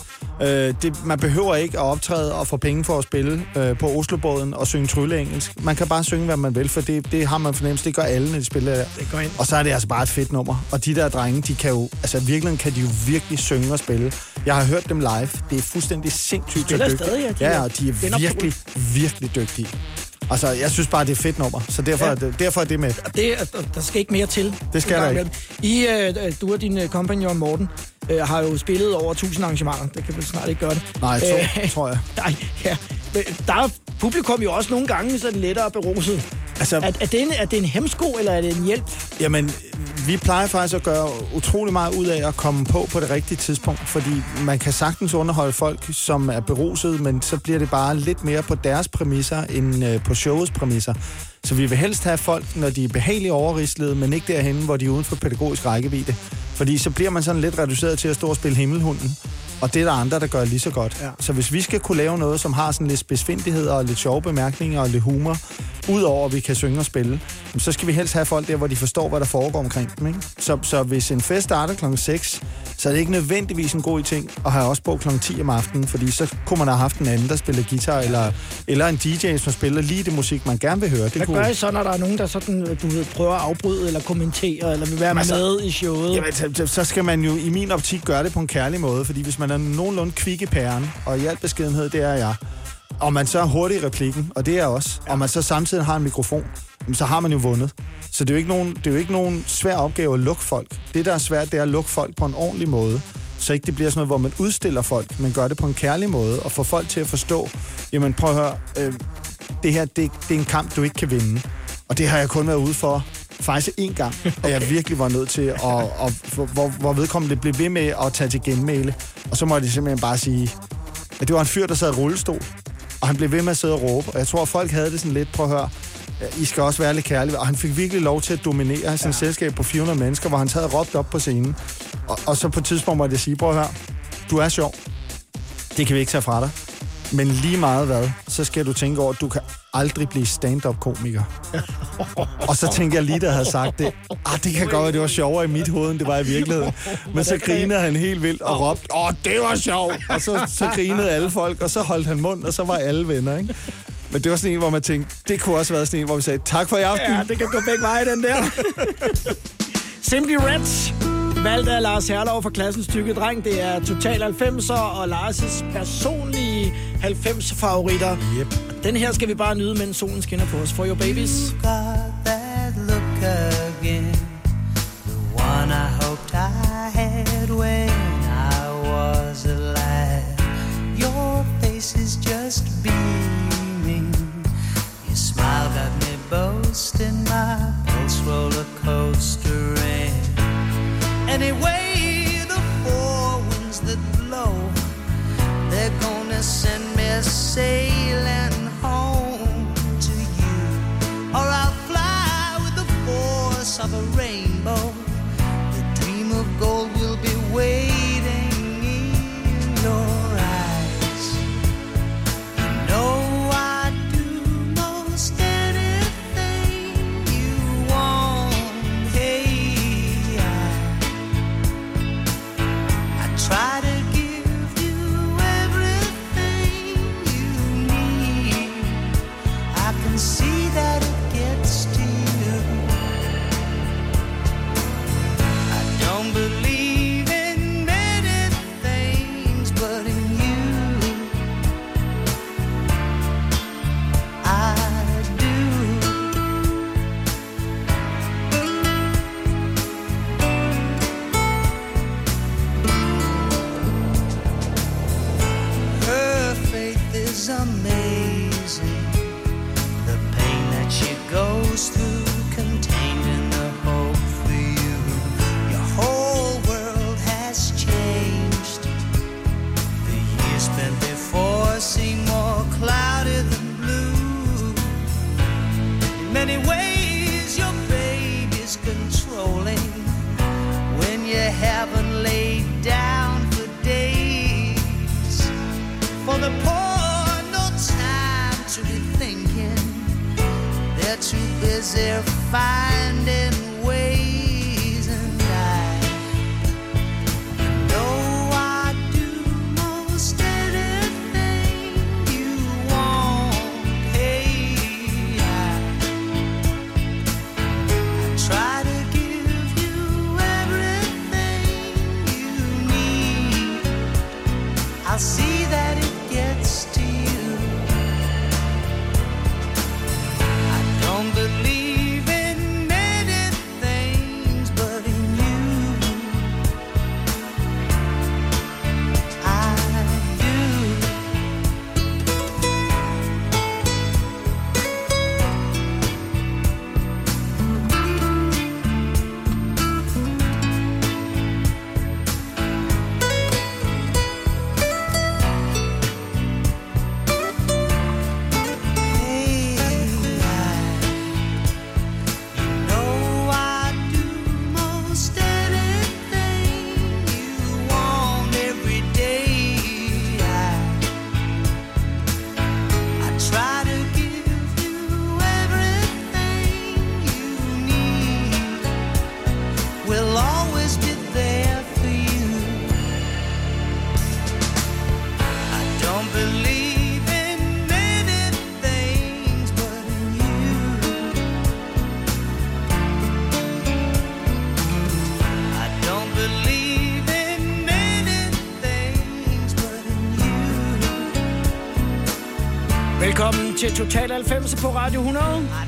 Man behøver ikke at optræde og få penge for at spille på Oslobåden og synge tryllengelsk. Man kan bare synge, hvad man vil, for det har man fornemmelse. Det gør alle, når de spiller der. Det går ind. Og så er det altså bare et fedt nummer. Og de der drenge, de kan jo, altså virkelig kan de jo virkelig synge og spille. Jeg har hørt dem live. Det er fuldstændig sindssygt dygtige. Stadig, ja, og de er virkelig, virkelig dygtige. Altså, jeg synes bare, det er et fedt nummer, så derfor er det med. Der skal ikke mere til. Det skal der ikke. Du og din kompagnon Morten har jo spillet over 1000 arrangementer. Det kan vel snart ikke gøre det. Nej, tror jeg. Nej, ja. Der er publikum jo også nogle gange sådan lettere beruset. Altså, er det en hemsko, eller er det en hjælp? Jamen, vi plejer faktisk at gøre utrolig meget ud af at komme på det rigtige tidspunkt, fordi man kan sagtens underholde folk, som er beruset, men så bliver det bare lidt mere på deres præmisser, end på showets præmisser. Så vi vil helst have folk, når de er behageligt overrislede, men ikke derhenne, hvor de er uden for pædagogisk rækkevidde. Fordi så bliver man sådan lidt reduceret til at stå og spille himmelhunden. Og det er der andre, der gør lige så godt. Ja. Så hvis vi skal kunne lave noget, som har sådan lidt spidsfindigheder og lidt sjove bemærkninger og lidt humor, udover at vi kan synge og spille, så skal vi helst have folk der, hvor de forstår, hvad der foregår omkring dem. Ikke? Så hvis en fest starter kl. 6, så er det ikke nødvendigvis en god ting at have også på kl. 10 om aftenen, fordi så kunne man have haft en anden, der spiller guitar, eller en DJ, som spiller lige det musik, man gerne vil høre. Hvad gør I så, når der er nogen, der sådan, prøver at afbryde eller kommentere, eller vil være med i showet? Jamen, så skal man jo i min optik gøre det på en kærlig måde, fordi hvis man er nogenlunde kvik i pæren, og i al beskedenhed, det er jeg, og man så er hurtig i replikken, og det er også, og man så samtidig har en mikrofon, så har man jo vundet. Så det er jo ikke nogen svær opgave at lukke folk. Det, der er svært, det er at lukke folk på en ordentlig måde, så ikke det bliver sådan noget, hvor man udstiller folk, men gør det på en kærlig måde, og får folk til at forstå, jamen prøv at høre, det her, det er en kamp, du ikke kan vinde. Og det har jeg kun været ude for faktisk én gang, at jeg virkelig var nødt til, hvor vedkommende blev ved med at tage til genmæle. Og så må jeg simpelthen bare sige, at det var en fyr, der sad i rullestol, og han blev ved med at sidde og råbe. Og jeg tror, at folk havde det sådan lidt, prøv at høre, I skal også være lidt kærlige. Og han fik virkelig lov til at dominere sådan et selskab på 400 mennesker, hvor han sad og råbte op på scenen. Og så på et tidspunkt måtte jeg sige, prøv at høre, du er sjov. Det kan vi ikke tage fra dig. Men lige meget hvad, så skal du tænke over, at du kan aldrig blive stand-up-komiker. Og så tænkte jeg lige, da jeg havde sagt det, det kan godt være, det var sjovere i mit hoved, end det var i virkeligheden. Men så grinede han helt vildt og råbte, det var sjovt! Og så grinede alle folk, og så holdt han mund, og så var alle venner, ikke? Men det var sådan en, hvor man tænkte, det kunne også være sådan en, hvor vi sagde, tak for i aften. Ja, det kan gå begge veje, den der. Simply Reds. Valgt af Lars Herlov fra Klassens Tykke Dreng. Det er Total 90'er og Lars' personlige 90'er-favoritter. Yep. Den her skal vi bare nyde, mens solen skinner på os. For your babies. You got that look again. The one I hoped I had when I was alive. Your face is just beaming. Your smile got me boasting. My pulse roller coaster ran. Anyway, the four winds that blow, they're gonna send me sailing home to you. Or I'll fly with the force of a rainbow. The dream of gold will be waiting in your eyes. You know I'd do most anything you want. Hey, I try to give you everything you need. I can see that it gets to you. I don't believe in many things, but in you I do. Her faith is amazing. The pain many ways your baby's controlling when you haven't laid down for days. For the poor, no time to be thinking. They're too busy finding ways, and I know I do most anything you want. Hey, I try to give you everything you need. I'll see that it gets to you. I don't believe in many things, but in you I do. Hey, you know I do most anything you want every day. I try to give you everything you need. We'll always be there for you. I don't believe in many things, but in you. I don't believe in many things, but in you. Velkommen til Total 90 på Radio 100.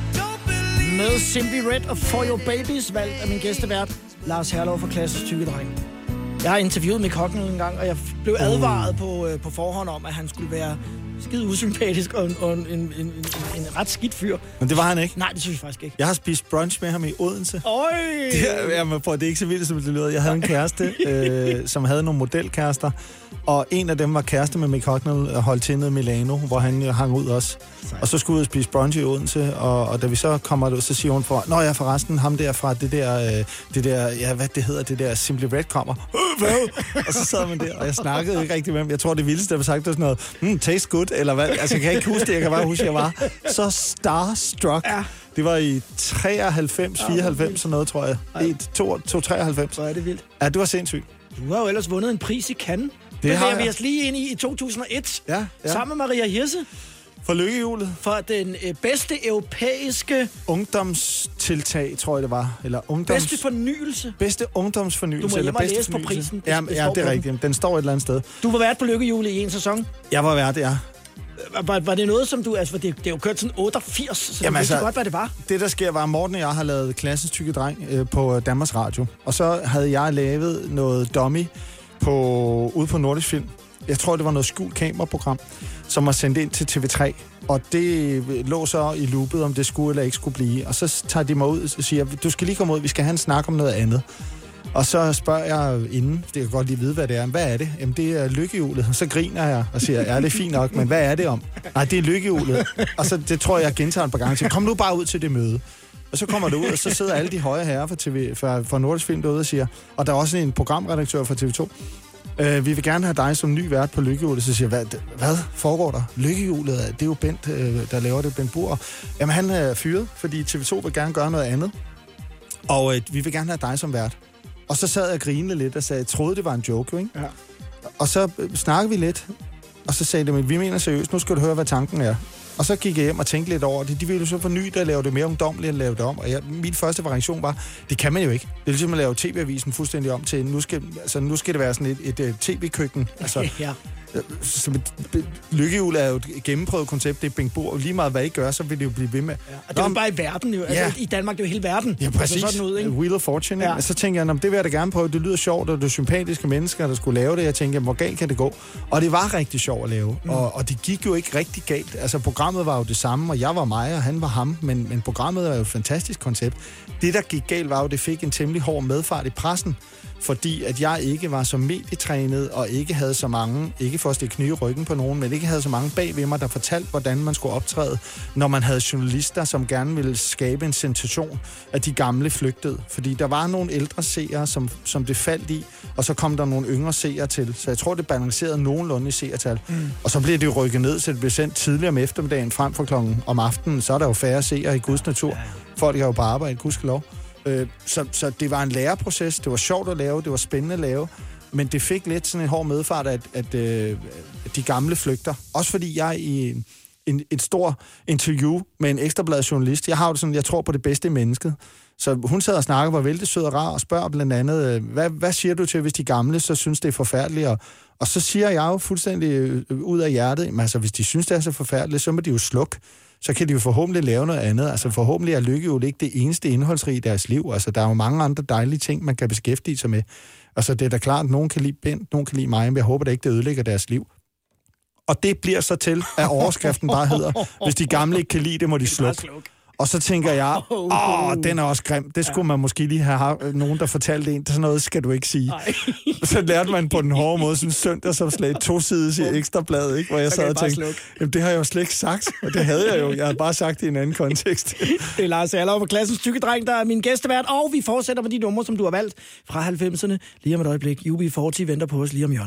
Med Simply Red og For Your Babies, valgt af min gæstevært, Lars Herlov fra Klassisk Tykke Dreng. Jeg har interviewet Mick Hucknall en gang, og jeg blev advaret på forhånd om, at han skulle være skide usympatisk og en ret skidt fyr. Men det var han ikke. Nej, det synes jeg faktisk ikke. Jeg har spist brunch med ham i Odense. Øj! Det er ikke så vildt, som det lyder. Jeg havde en kæreste, som havde nogle modelkærester, og en af dem var kæreste med Mick Hucknall og holdt til nede i Milano, hvor han hang ud også. Og så skulle vi ud og spise brunch i Odense, og da vi så kommer ud, så siger hun nå ja, forresten, ham der fra det der, ja, hvad det hedder, det der Simply Red kommer. Og så sad man der, og jeg snakkede ikke rigtig med ham. Jeg tror, det vildeste, der var sagt, det var sådan noget, taste good, eller hvad? Altså, jeg kan ikke huske det, jeg kan bare huske, at jeg var så starstruck. Ja. Det var i 93, 94, sådan noget, tror jeg. 93. Så er det vildt. Ja, det var sindssygt. Du har jo ellers vundet en pris i Cannes. Det har vi os lige ind i 2001. Ja. Sammen med Maria Hirse. For lykkehjulet. For den bedste europæiske ungdomstiltag, tror jeg det var. Eller bedste fornyelse. Bedste ungdomsfornyelse. Du må hjem og læse på prisen. Ja, det er rigtigt. Den står et eller andet sted. Du var vært på lykkehjulet i en sæson. Jeg var vært, ja. Var det noget, som du... Altså, det er jo kørt sådan 88, så du vidste godt, hvad det var. Det, der sker, var, Morten og jeg har lavet Klassisk Tykke Dreng på Danmarks Radio. Og så havde jeg lavet noget dummy ude på Nordisk Film. Jeg tror, det var noget skjult kameraprogram, som var sendt ind til TV3. Og det lå så i loopet, om det skulle eller ikke skulle blive. Og så tager de mig ud og siger, du skal lige komme ud, vi skal have en snak om noget andet. Og så spørger jeg inden, det kan godt lige vide, hvad det er. Hvad er det? Jamen, det er lykkehjulet. Så griner jeg og siger, ja, det er fint nok, men hvad er det om? Nej, det er lykkehjulet. Og så det tror jeg gentager et par gange til. Kom nu bare ud til det møde. Og så kommer det ud, og så sidder alle de høje herrer fra Nordisk Film derude og siger, og der er også en programredaktør fra TV2, vi vil gerne have dig som ny vært på lykkehjulet. Så siger jeg, hvad foregår der? Lykkehjulet, det er jo Bent, der laver det, Bent Burg. Jamen, han er fyret, fordi TV2 vil gerne gøre noget andet. Og vi vil gerne have dig som vært. Og så sad jeg og grinede lidt og sagde, jeg troede, det var en joke, ikke? Ja. Og så snakkede vi lidt, og så sagde de, vi mener seriøst, nu skal du høre, hvad tanken er. Og så gik jeg hjem og tænkte lidt over det. De ville jo så forny det og lave det mere ungdomligt end lave det om. Og min første variation var, det kan man jo ikke. Det er ligesom at lave TV-avisen fuldstændig om til, nu skal det være sådan et tv-køkken. Altså, ja. Lykkehjul er jo et gennemprøvet koncept, det er Bengt Burg. Lige meget hvad I gør, så vil det jo blive ved med. Ja. Og det er jo bare i verden jo. Altså, i Danmark, det er jo hele verden. Ja, præcis. Altså, sådan noget, ikke? Wheel of Fortune. Ja. Og så tænker jeg, det vil jeg da gerne prøve. Det lyder sjovt, og det er sympatiske mennesker, der skulle lave det. Jeg tænker, hvor galt kan det gå? Og det var rigtig sjovt at lave. Og det gik jo ikke rigtig galt. Altså, programmet var jo det samme, og jeg var mig, og han var ham. Men programmet er jo et fantastisk koncept. Det, der gik galt, var jo, det fik en temmelig hård medfart i pressen. fordi at jeg ikke var så medietrænet, og ikke havde så mange, ikke for at stikke knive i ryggen på nogen, men ikke havde så mange bag ved mig, der fortalte, hvordan man skulle optræde, når man havde journalister, som gerne ville skabe en sensation, at de gamle flygtede. Fordi der var nogle ældre seere, som det faldt i, og så kom der nogle yngre seere til. Så jeg tror, det balancerede nogenlunde i seertal. Og så blev det jo rykket ned, så det blev sendt tidligere om eftermiddagen frem for klokken om aftenen. Så er der jo færre seere i Guds natur. Folk er jo på arbejde, gudskelov. Så det var en læreproces, det var sjovt at lave, det var spændende at lave, men det fik lidt sådan en hård medfart, at de gamle flygter. Også fordi jeg i en stor interview med en Ekstrabladet journalist, jeg har jo sådan, jeg tror på det bedste i mennesket, så hun sad og snakkede, var vældig sød og rar, og spørger blandt andet, hvad siger du til, hvis de gamle så synes, det er forfærdeligt, og så siger jeg jo fuldstændig ud af hjertet, altså hvis de synes, det er så forfærdeligt, så må de jo slukke. Så kan de jo forhåbentlig lave noget andet. Altså forhåbentlig er lykke jo ikke det eneste indholdsrige i deres liv. Altså der er jo mange andre dejlige ting, man kan beskæftige sig med. Altså det er da klart, at nogen kan lide Bent, nogen kan lide mig, men jeg håber da ikke, det ødelægger deres liv. Og det bliver så til, at overskriften bare hedder, hvis de gamle ikke kan lide det, må de slukke. Og så tænker jeg, den er også grim. Det skulle man måske lige have nogen, der fortalte en. Sådan noget skal du ikke sige. Så lærte man på den hårde måde, sådan søndagsopslag, 2 sides i Ekstrabladet, ikke? Hvor jeg sad og tænkte, jamen, det har jeg jo slet ikke sagt. Og det havde jeg jo. Jeg havde bare sagt det i en anden kontekst. Det er Lars Erlov fra Klassens Tykke-dreng, der er min gæstevært. Og vi fortsætter med de numre, som du har valgt fra 90'erne. Lige om et øjeblik. UB40 venter på os lige om hjørnet.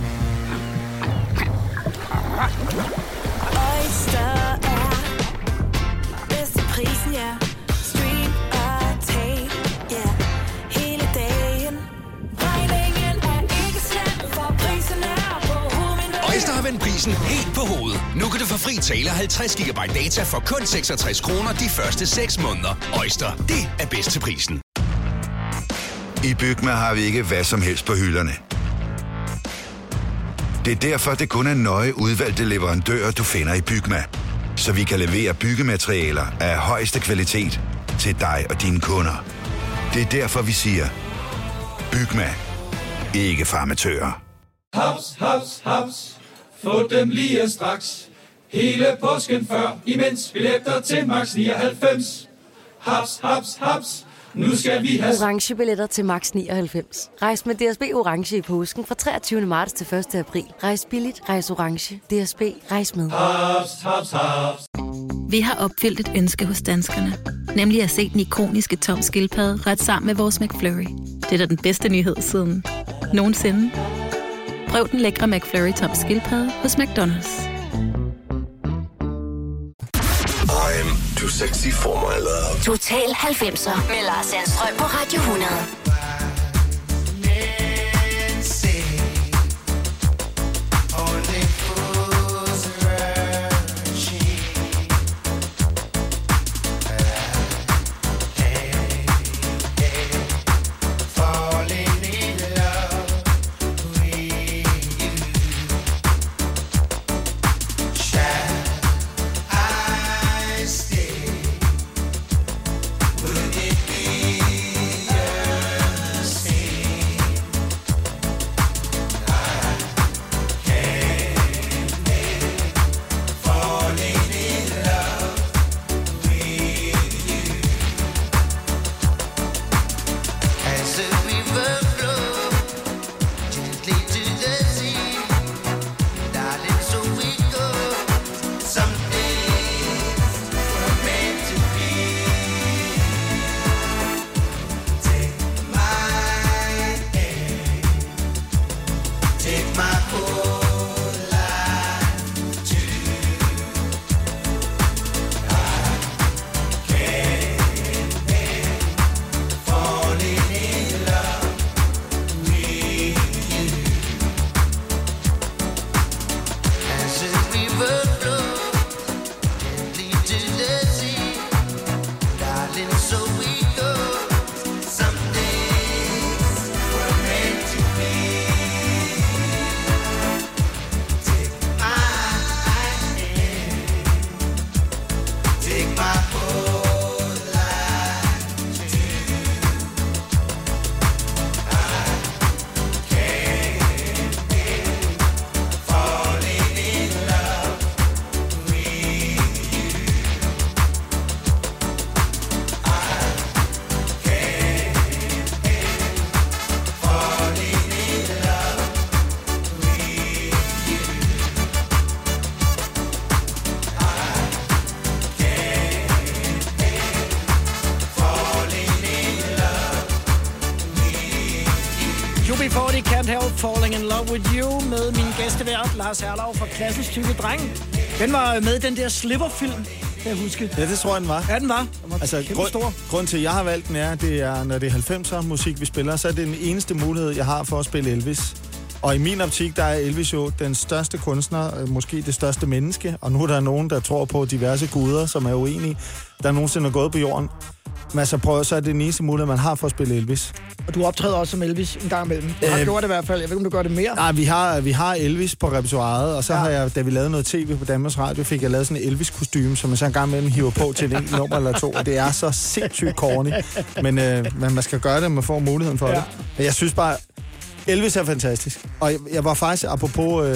Prisen, ja. Stream og tag, ja. Hele dagen. Regningen er ikke slem, for prisen er på hovedet. Øjster har vendt prisen helt på hovedet. Nu kan du få fri tale 50 GB data for kun 66 kroner de første 6 måneder. Øjster, det er bedst til prisen. I Bygma har vi ikke hvad som helst på hylderne. Det er derfor, det kun er nøje udvalgte leverandører, du finder i Bygma. Så vi kan levere byggematerialer af højeste kvalitet til dig og dine kunder. Det er derfor, vi siger, Bygma. Ikke farmatører. Haps, haps, haps. Få dem lige straks. Hele påsken før, imens billetter til max 99. Haps, haps, haps. Nu skal vi have orange billetter til max 99. Rejs med DSB orange i påsken fra 23. marts til 1. april. Rejs billigt, rejs orange. DSB, rejs med. haps, haps, haps. Vi har opfyldt et ønske hos danskerne. Nemlig at se den ikoniske Tom Skildpadde ret sammen med vores McFlurry. Det er da den bedste nyhed siden nogensinde. Prøv den lækre McFlurry Tom Skildpadde hos McDonald's. I'm too sexy for my love. Total 90'er med Lars Sandstrøm på Radio 100. UB40 Can't Help Falling in Love with You med min gæstevært Lars Herlau fra Klassens Tykke Dreng. Den var med i den der Sliver-film, kan jeg huske. Ja, det tror jeg, den var. Ja, den var. Altså, grund til, at jeg har valgt den det er, når det er 90'er musik, vi spiller, så er det den eneste mulighed, jeg har for at spille Elvis. Og i min optik, der er Elvis jo den største kunstner, måske det største menneske, og nu er der nogen, der tror på diverse guder, som er uenige, der nogensinde er gået på jorden. Men altså prøv, så er det den eneste mulighed, man har for at spille Elvis. Og du optræder også som Elvis en gang imellem. Du har gjort det i hvert fald. Jeg ved ikke, om du gør det mere. Nej, vi har Elvis på repertoiret, og så har jeg, da vi lavede noget tv på Danmarks Radio, fik jeg lavet sådan en Elvis-kostyme, som man så en gang imellem hiver på til et nummer eller to. Og det er så sindssygt corny. Men man skal gøre det, man får muligheden for det. Men jeg synes bare, Elvis er fantastisk. Og jeg var faktisk, apropos,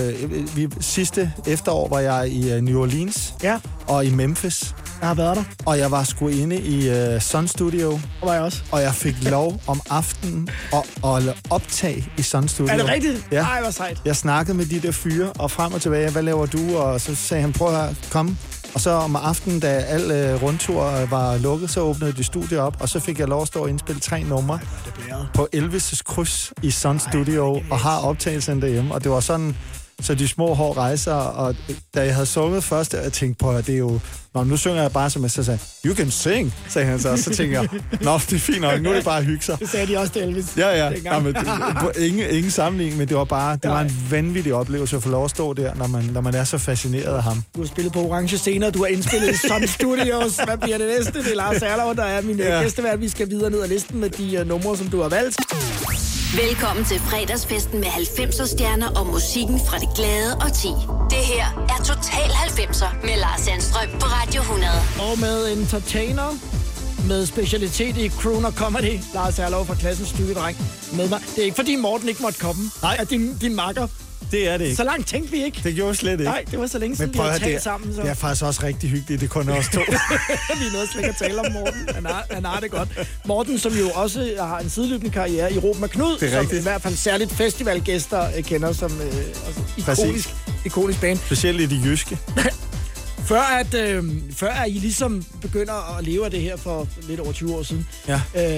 sidste efterår var jeg i New Orleans og i Memphis. Jeg har været der. Og jeg var sgu inde i Sun Studio. Og var jeg også. Og jeg fik lov om aftenen at optage i Sun Studio. Er det rigtigt? Ja. Ej, hvor sejt. Jeg snakkede med de der fyre, og frem og tilbage, hvad laver du? Og så sagde han, prøv at komme. Og så om aftenen, da al rundtur var lukket, så åbnede de studiet op, og så fik jeg lov at stå og indspille 3 numre på Elvis' kryds i Sun Studio, og har optagelsen derhjemme. Og det var sådan, så de små hår rejser, og da jeg havde sunget først, jeg tænkte på, at det er jo... Nå, nu synger jeg bare som jeg så sagde, you can sing, sagde han så. Og så tænkte jeg, nå, det er fint nok, nu er det bare at hygge sig. Det sagde de også til Elvis. Ja. Men, ingen sammenligning, men det var bare, det var en vanvittig oplevelse at få lov at stå der, når man er så fascineret af ham. Du har spillet på Orange Scener, du har indspillet i Sun Studios. Hvad bliver det næste? Det er Lars Herlau, der er min gæstevært. Vi skal videre ned ad listen med de numre, som du har valgt. Velkommen til fredagsfesten med 90'er stjerner og musikken fra det glade årti. Det her er Total 90'er med Lars Sandstrøm på Radio 100. Og med entertainer med specialitet i crooner comedy, Lars Herlau fra Klassens Tykke Dreng med mig. Det er ikke fordi Morten ikke måtte komme. Nej. At din makker. Det er det ikke. Så langt tænkte vi ikke. Det gjorde vi slet ikke. Nej, det var så længe siden, vi havde talt sammen. Så. Det er faktisk også rigtig hyggeligt, det kun er os to. Vi er nødt til at tale om Morten. Han har det godt. Morten, som jo også har en sideløbende karriere i Ruben og Knud, som rigtigt. I hvert fald særligt festivalgæster kender som ikonisk band. Specielt i det jyske. Før I ligesom begynder at leve af det her for lidt over 20 år siden. Ja.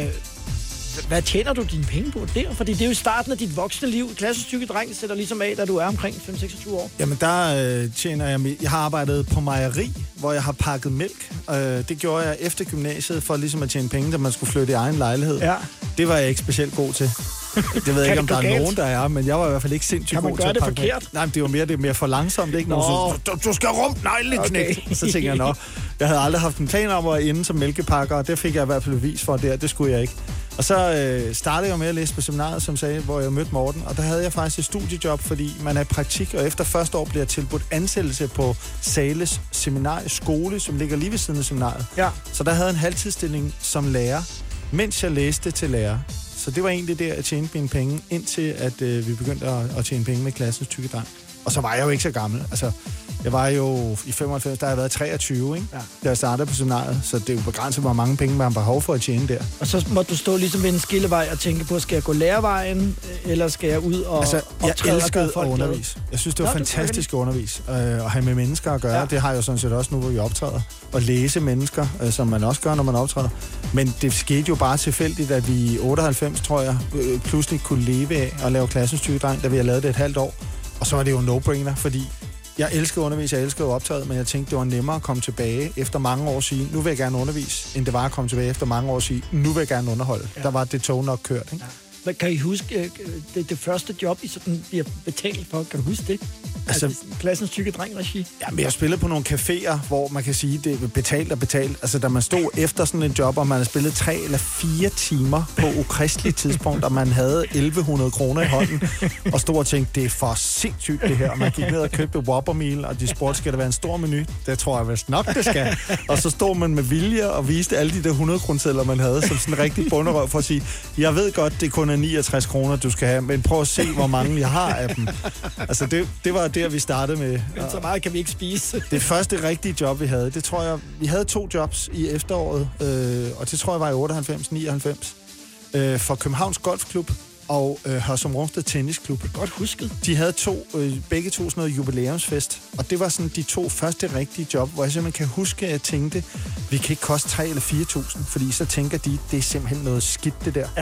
Hvad tjener du dine penge på der? Fordi det er jo starten af dit voksne liv. Klassens Tykke Dreng sætter ligesom af, da du er omkring 5-26 år. Jamen der tjener jeg har arbejdet på mejeri, hvor jeg har pakket mælk. Det gjorde jeg efter gymnasiet for ligesom at tjene penge, da man skulle flytte i egen lejlighed. Ja. Det var jeg ikke specielt god til. Det ved jeg ikke, om der er nogen, der er, men jeg var i hvert fald ikke sindssygt god til at pakke mælk. Kan man gøre det forkert? Nej, men det var mere for langsomt, ikke? Du skal rumpe negleknægt. Okay. Så tænker jeg, nå, jeg havde aldrig haft en plan om at ende som mælkepakker, og det fik jeg i hvert fald bevis for der. Det skulle jeg ikke. Og så startede jeg med at læse på seminariet, som sagde, hvor jeg mødte Morten, og der havde jeg faktisk et studiejob, fordi man er i praktik, og efter første år bliver jeg tilbudt ansættelse på Sales seminarieskole, som ligger lige ved siden af seminariet. Ja. Så der havde en halvtidsstilling som lærer, mens jeg læste til lærer. Så det var egentlig der, jeg tjente mine penge, indtil at vi begyndte at tjene penge med Klassens Tykke Dreng. Og så var jeg jo ikke så gammel. Altså, jeg var jo i 95, der har jeg været 23, ikke? Ja. Da jeg startede på seminariet. Så det er jo begrænset, hvor mange penge man har behov for at tjene der. Og så måtte du stå ligesom ved en skillevej og tænke på, skal jeg gå lærervejen, eller skal jeg ud og optræde? Jeg elskede at undervise. Jeg synes, det var fantastisk at undervise. Og have med mennesker at gøre. Ja. Det har jeg jo sådan set også nu, hvor vi optræder. Og læse mennesker, som man også gør, når man optræder. Men det skete jo bare tilfældigt, at vi i 98, tror jeg, pludselig kunne leve af at lave Klassens Tykke Dreng, da vi havde lavet det et halvt år. Og så var det jo no-brainer, fordi jeg elskede undervise, jeg elskede optræde, men jeg tænkte, det var nemmere at komme tilbage efter mange år og sige, nu vil jeg gerne undervise, end det var at komme tilbage efter mange år og sige, nu vil jeg gerne underholde. Ja. Der var det tog nok kørt, ikke? Ja. Men kan I huske det første job, I sådan bliver betalt for? Kan du huske det? Altså Klassens Tykke Dreng-regi? Jamen, jeg spillede på nogle caféer, hvor man kan sige, det er betalt og betalt. Altså, da man stod efter sådan en job, og man havde spillet 3 eller 4 timer på ukristeligt tidspunkt, og man havde 1.100 kroner i hånden, og stod og tænkte, det er for sindssygt det her. Og man gik ned og købte Whopper Meal, og de spurgte, skal der være en stor menu? Det tror jeg vist nok, det skal. Og så stod man med vilje og viste alle de der 100-kronesedler, man havde, som sådan en rigtig bunderøv for at sige, jeg ved godt, det kun er 69 kroner, du skal have, men prøv at se, hvor mange jeg har af dem. Altså, det var der, vi startede med. Men så meget kan vi ikke spise. Det første rigtige job, vi havde, det tror jeg, vi havde 2 jobs i efteråret, og det tror jeg var i 98-99, for Københavns Golfklub og Hørsum Rungsted Tennisklub. Godt husket. De havde begge to sådan noget jubilæumsfest, og det var sådan de 2 første rigtige job, hvor jeg simpelthen kan huske, at jeg tænkte, vi kan ikke koste 3 eller 4.000, fordi så tænker de, det er simpelthen noget skidt det der. Ja.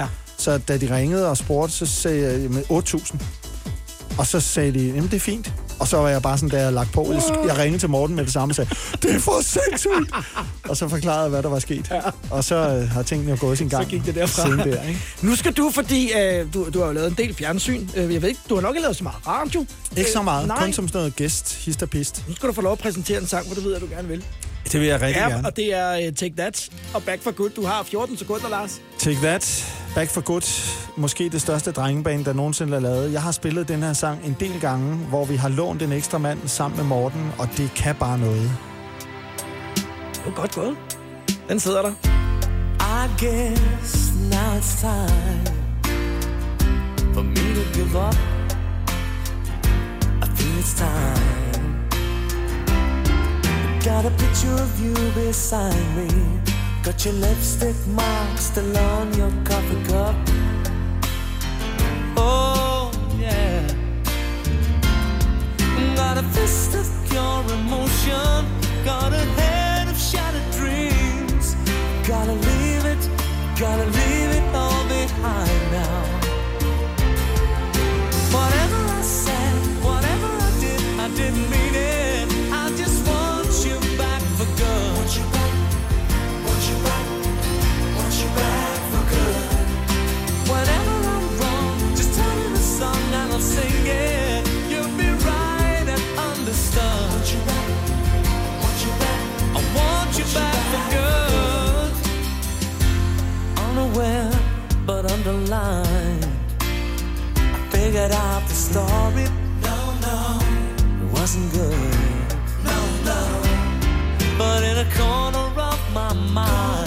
Så da de ringede og spurgte, så sagde jeg med 8.000. Og så sagde de, jamen det er fint. Og så var jeg bare sådan, da jeg lagt på. Jeg ringede til Morten med det samme og sagde, det er for sindssygt. Og så forklarede jeg, hvad der var sket. Ja. Og så har tingene jo gået sin gang. Så gik det derfra. Siden der, ikke? Nu skal du, fordi du har jo lavet en del fjernsyn. Jeg ved ikke, du har nok ikke lavet så meget radio. Ikke så meget. Kun som sådan noget gæst, hist og pist. Nu skal du få lov at præsentere en sang, hvor du ved, at du gerne vil. Det vil jeg rigtig gerne. Og det er Take That og Back for Good. Du har 14 sekunder, Lars. Take That, Back for Good. Måske det største drengebane, der nogensinde er lavet. Jeg har spillet den her sang en del gange, hvor vi har lånt en ekstra mand sammen med Morten, og det kan bare noget. Det var godt gået. Den sidder der. I guess now it's time for me to give up. I feel it's time. Got a picture of you beside me. Got your lipstick mark still on your coffee cup. Oh, yeah. Got a fist of pure emotion. Got a head of shattered dreams. Gotta leave it all behind now. Whatever I said, whatever I didn't mean it. I just want you back for good. Want you back for good. Whenever I'm wrong, just tell me the song and I'll sing it. You'll be right and understood. Want you back, I want you back for good. Unaware but underlined, I figured out the story. No, it wasn't good. No, but in a corner of my mind,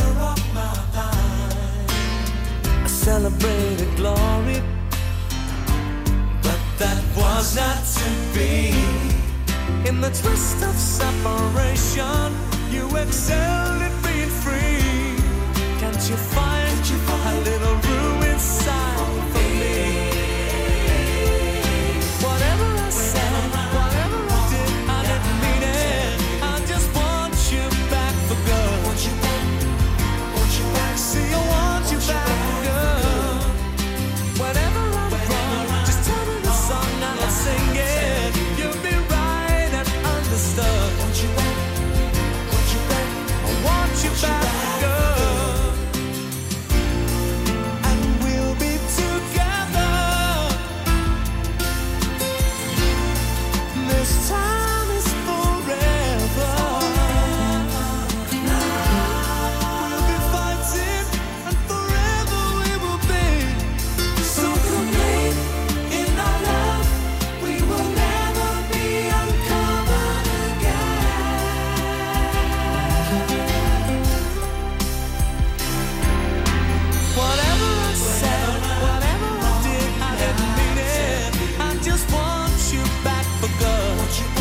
I celebrated glory, but that was not to be. In the twist of separation, you excelled at being free. Can't you find a little room inside for me? Whatever I said, whatever I did, I didn't mean it. I just want you back for good. Want you back, see I want you back for good. Whenever I'm wrong, just tell me the song and I'll sing it. You'll be right and understood. Want you back, I want you back for good. And we'll be together. This time is forever. We'll be fighting and forever we will be. So complete in our love, we will never be uncovered again. Whatever I said, whatever I did, I didn't mean it. I just want you back for good. Want you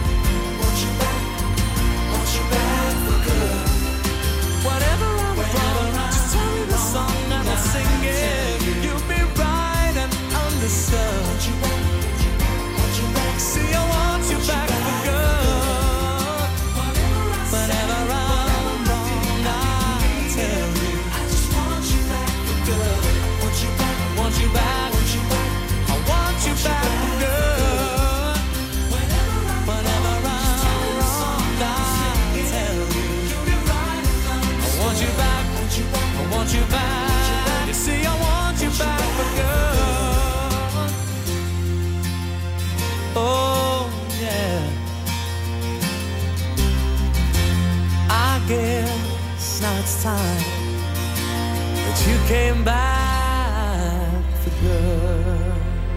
back for good. Whatever I'm wrong, just tell me the song and I'll sing it. You'll be right and understood. Want you back, see I want you back for good. Whenever I'm wrong, I'll tell you. I just want you back for good. Want you back, I want you back. I want you back for good. Whenever I'm wrong, I'll tell you. I want you back, I want you back. You see, I want you back for good. Oh, yeah. I guess now it's time that you came back for good.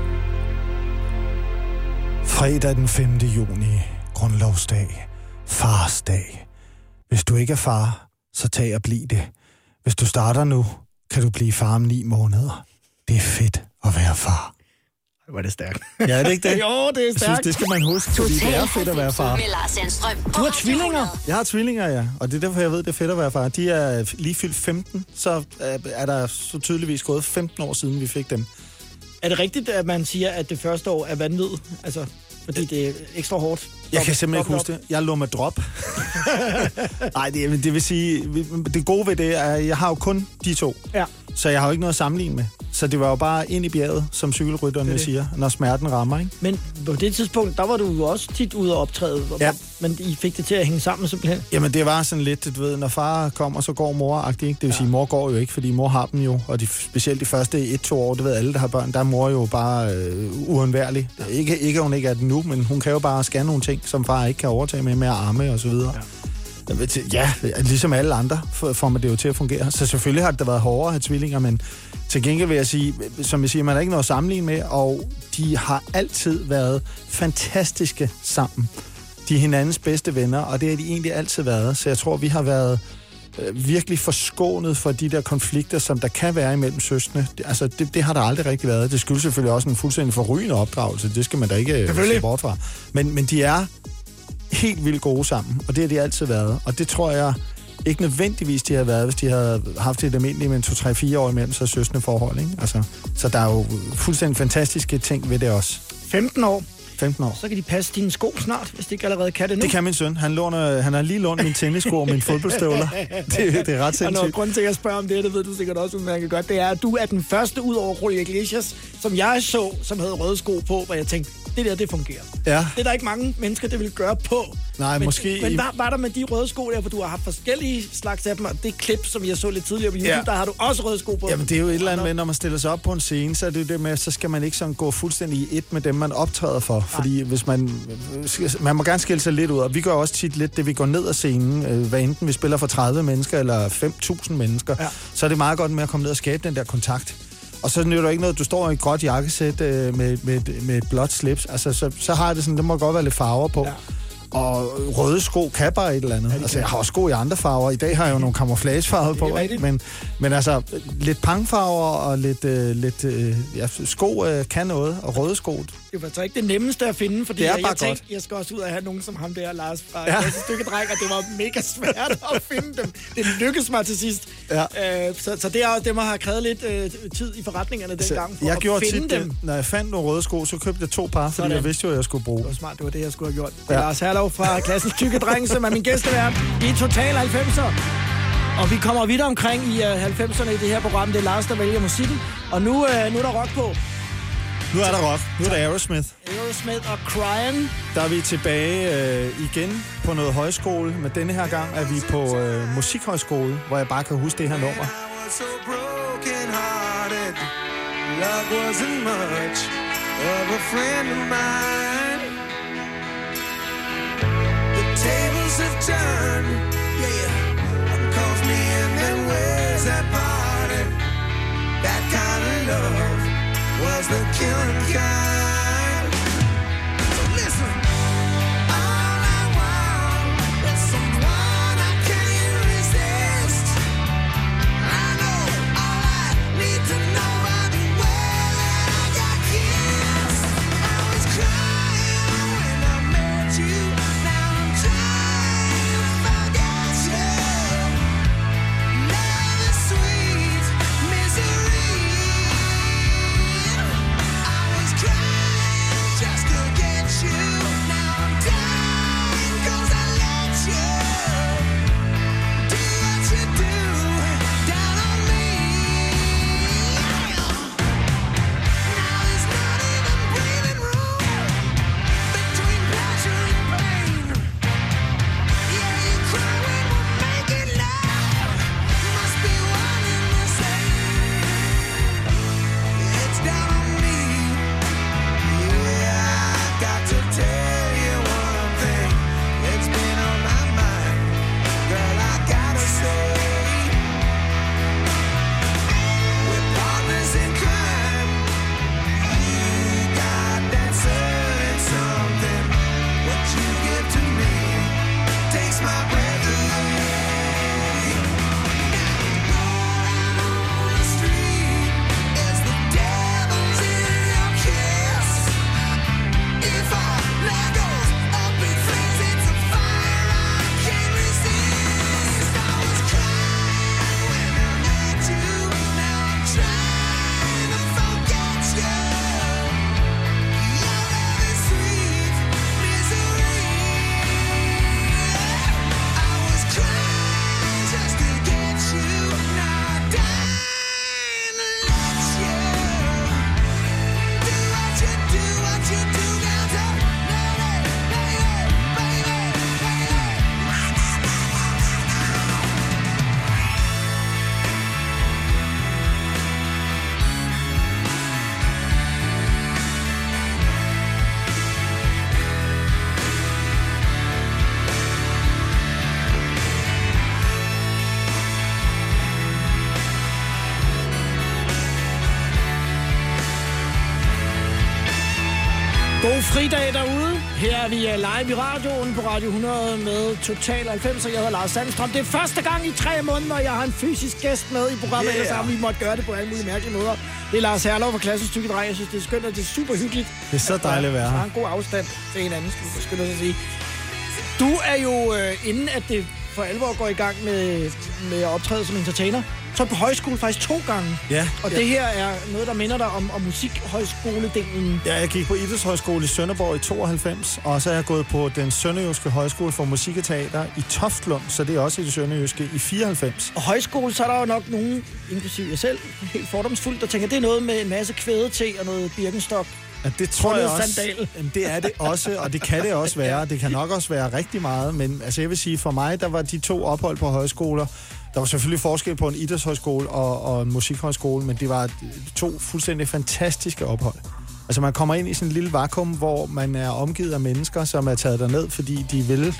Fredag den 5. juni, grundlovsdag, fars dag. Hvis du ikke er far, så tag og bliv det. Hvis du starter nu, kan du blive far om 9 måneder. Det er fedt at være far. Var det stærkt? Ja, er det ikke det? Jo, det er stærkt. Jeg synes, det skal man huske, fordi det er fedt at være far. Med Lars Sandstrøm. Du har tvillinger. Jeg har tvillinger, ja. Og det er derfor, jeg ved, det er fedt at være far. De er lige fyldt 15, så er der så tydeligvis gået 15 år siden, vi fik dem. Er det rigtigt, at man siger, at det første år er vanvid? Altså, fordi det er ekstra hårdt? Jeg kan simpelthen ikke huske det. Jeg lå med drop. Nej, det vil sige, det gode ved det er, at jeg har jo kun de to. Ja. Så jeg har jo ikke noget at sammenligne med. Så det var jo bare ind i bjerget, som cykelrytterne siger, når smerten rammer, ikke? Men på det tidspunkt, der var du jo også tit ude og optræde. Ja. Men I fik det til at hænge sammen simpelthen? Jamen, det var sådan lidt, du ved, når far kommer, så går mor-agtigt, ikke? Det vil sige, mor går jo ikke, fordi mor har dem jo, og specielt de første 1-2 år, det ved alle, der har børn, der er mor jo bare uundværlig. Ikke hun ikke er det nu, men hun kan jo bare scanne nogle ting, som far ikke kan overtage med at arme og så videre. Ja, ligesom alle andre får man det jo til at fungere. Så selvfølgelig har det været hårdere at have tvillinger, men til gengæld vil jeg sige, som jeg siger, man er ikke noget at sammenligne med, og de har altid været fantastiske sammen. De er hinandens bedste venner, og det har de egentlig altid været. Så jeg tror, vi har været virkelig forskånet for de der konflikter, som der kan være imellem søskende. Altså, det har der aldrig rigtig været. Det skyldes selvfølgelig også en fuldstændig forrygende opdragelse. Det skal man da ikke se bort fra. Men de er helt vildt gode sammen, og det har de altid været. Og det tror jeg ikke nødvendigvis, de har været, hvis de havde haft et almindeligt med 2-3-4 år imellem så søskende forhold, ikke? Altså, så der er jo fuldstændig fantastiske ting ved det også. 15 år. 15 år. Så kan de passe dine sko snart, hvis de ikke allerede kan det nu. Det kan min søn. Han har lige lånt mine tennissko og mine fodboldstøvler. Det er ret sindssygt. Og grunden til, at jeg spørger om det ved du sikkert også udmærket godt, det er, at du er den første ud over Julio Iglesias, som jeg så, som havde røde sko på, hvor jeg tænkte, det fungerer. Ja. Det er der ikke mange mennesker, der vil gøre på. Nej, måske... Men hvad var der med de røde sko der, for du har haft forskellige slags af dem, og det klip, som jeg så lidt tidligere på YouTube, der har du også røde sko på. Jamen, det er jo et eller andet med, når man stiller sig op på en scene, så er det jo det med, så skal man ikke sådan gå fuldstændig i et med dem, man optræder for. Fordi hvis man må gerne skille sig lidt ud, og vi gør også tit lidt det, vi går ned ad scenen, hvad enten vi spiller for 30 mennesker eller 5.000 mennesker, så er det meget godt med at komme ned og skabe den der kontakt. Og så nytter det ikke noget, du står i et gråt jakkesæt med et blåt slips. Altså, så har det sådan, det må godt være lidt farver på. Ja. Og røde sko kan bare et eller andet. Altså, jeg har også sko i andre farver. I dag har jeg jo nogle camouflagefarver på, men altså, lidt pangfarver og lidt sko kan noget, og røde sko. Det var så ikke det nemmeste at finde, fordi jeg tænkte, jeg skal også ud og have nogen som ham der, Lars fra Stykke Dreng, og det var mega svært at finde dem. Det lykkedes mig til sidst. Ja. Så det må have krævet lidt tid i forretningerne dengang for at finde dem. Når jeg fandt nogle røde sko, så købte jeg 2 par, fordi jeg vidste jo, at jeg skulle bruge. Det var smart, det var det, jeg skulle have gjort. Ja. Lars Herlov fra Klassens Stykke Dreng, som er min gæstevært i Total 90'er. Og vi kommer videre omkring i 90'erne i det her program. Det er Lars, der vælger musikken. Og nu er der rock på. Nu er der rock. Nu er der Aerosmith. Aerosmith og Cryin'. Der er vi tilbage igen på noget højskole, men denne her gang er vi på musikhøjskole, hvor jeg bare kan huske det her nummer. Love wasn't much of a friend of mine. The tables have turned, one calls me and then where's that party? That kind of love was the killing kind. So listen, all I want is someone I can't resist. I know all I need to know are the way that I got kissed. I was crying. God fridag derude. Her er vi live i radioen på Radio 100 med Total 90, og jeg hedder Lars Sandstrøm. Det er første gang i 3 måneder, jeg har en fysisk gæst med i programmet, ellers har vi måtte gøre det på alle mulige mærkelige måder. Det er Lars Herlov fra Klassens Tykke Dreng. Jeg synes, det er skønt, og det er super hyggeligt. Det er så dejligt at være her. Der er en god afstand til hinanden, skal vi skynde os at sige. Du er jo, inden at det for alvor går i gang med at optræde som entertainer, så på højskole faktisk 2 gange. Ja. Og det her er noget, der minder dig om musikhøjskoledelen. Ja, jeg gik på Idrætshøjskole i Sønderborg i 92, og så er jeg gået på den sønderjyske højskole for musik og teater i Toftlund, så det er også i det sønderjyske i 94. Og højskole, så er der jo nok nogen, inklusive jeg selv, helt fordomsfuldt, der tænker, det er noget med en masse kvædete og noget Birkenstock. Ja, det tror jeg også. Sandal. Det er det også, og det kan det også være. Det kan nok også være rigtig meget, men altså, jeg vil sige, for mig, der var de 2 ophold på højskoler. Der var selvfølgelig forskel på en idrætshøjskole og en musikhøjskole, men det var 2 fuldstændig fantastiske ophold. Altså, man kommer ind i sådan en lille vakuum, hvor man er omgivet af mennesker, som er taget derned, fordi de vil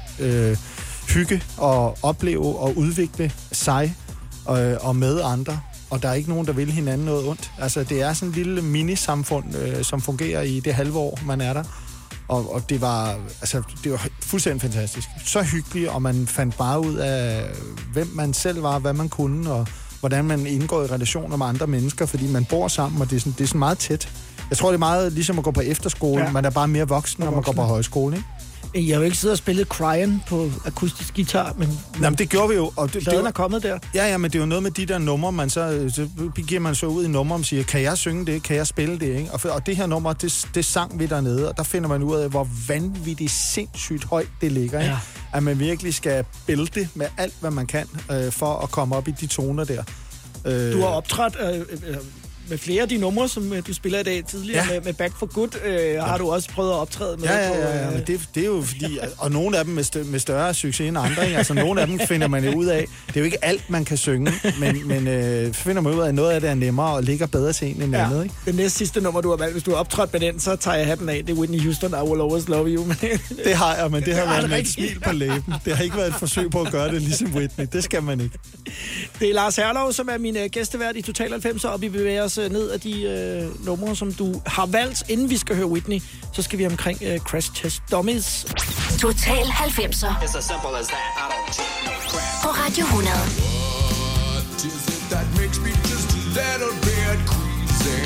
hygge og opleve og udvikle sig og med andre. Og der er ikke nogen, der vil hinanden noget ondt. Altså, det er sådan et lille minisamfund, som fungerer i det halve år, man er der. Og det var fuldstændig fantastisk. Så hyggeligt, og man fandt bare ud af, hvem man selv var, hvad man kunne, og hvordan man indgår i relationer med andre mennesker, fordi man bor sammen, og det er sådan meget tæt. Jeg tror, det er meget ligesom at gå på efterskole. Ja. Man er bare mere voksen, når man går på højskole, ikke? Jeg har jo ikke siddet og spillet Cryan på akustisk guitar, men jamen, det gjorde vi jo. Og det er kommet der. Ja, men det er jo noget med de der numre, man så giver man så ud i numre, og siger, kan jeg synge det, kan jeg spille det, ikke? Og det her nummer, det sang vi dernede, og der finder man ud af, hvor vanvittigt sindssygt højt det ligger, ikke? Ja. At man virkelig skal bælte med alt, hvad man kan, for at komme op i de toner der. Du har optrådt med flere af de numre, som du spiller i dag tidligere, ja. med Back for Good, har du også prøvet at optræde med. Ja, men det er jo fordi, og nogle af dem med større succes end andre, ikke? Altså nogle af dem finder man jo ud af. Det er jo ikke alt, man kan synge, men finder man ud af, at noget af det er nemmere og ligger bedre til en end andet, ikke? Det næste sidste nummer, du har valgt, hvis du har optrådt med den, så tager jeg hatten af. Det er Whitney Houston, I Will Always Love You. Det har jeg, men det har været med et smil på læben. Det har ikke været et forsøg på at gøre det ligesom Whitney. Det skal man ikke. Det er Lars Herlov, som er min gæstevært i Total 90, og vi bevæger os ned af de numre, som du har valgt. Inden vi skal høre Whitney, så skal vi omkring Crash Test Dummies. Total 90'er. På Radio 100. What is it that makes me just a little bit crazy?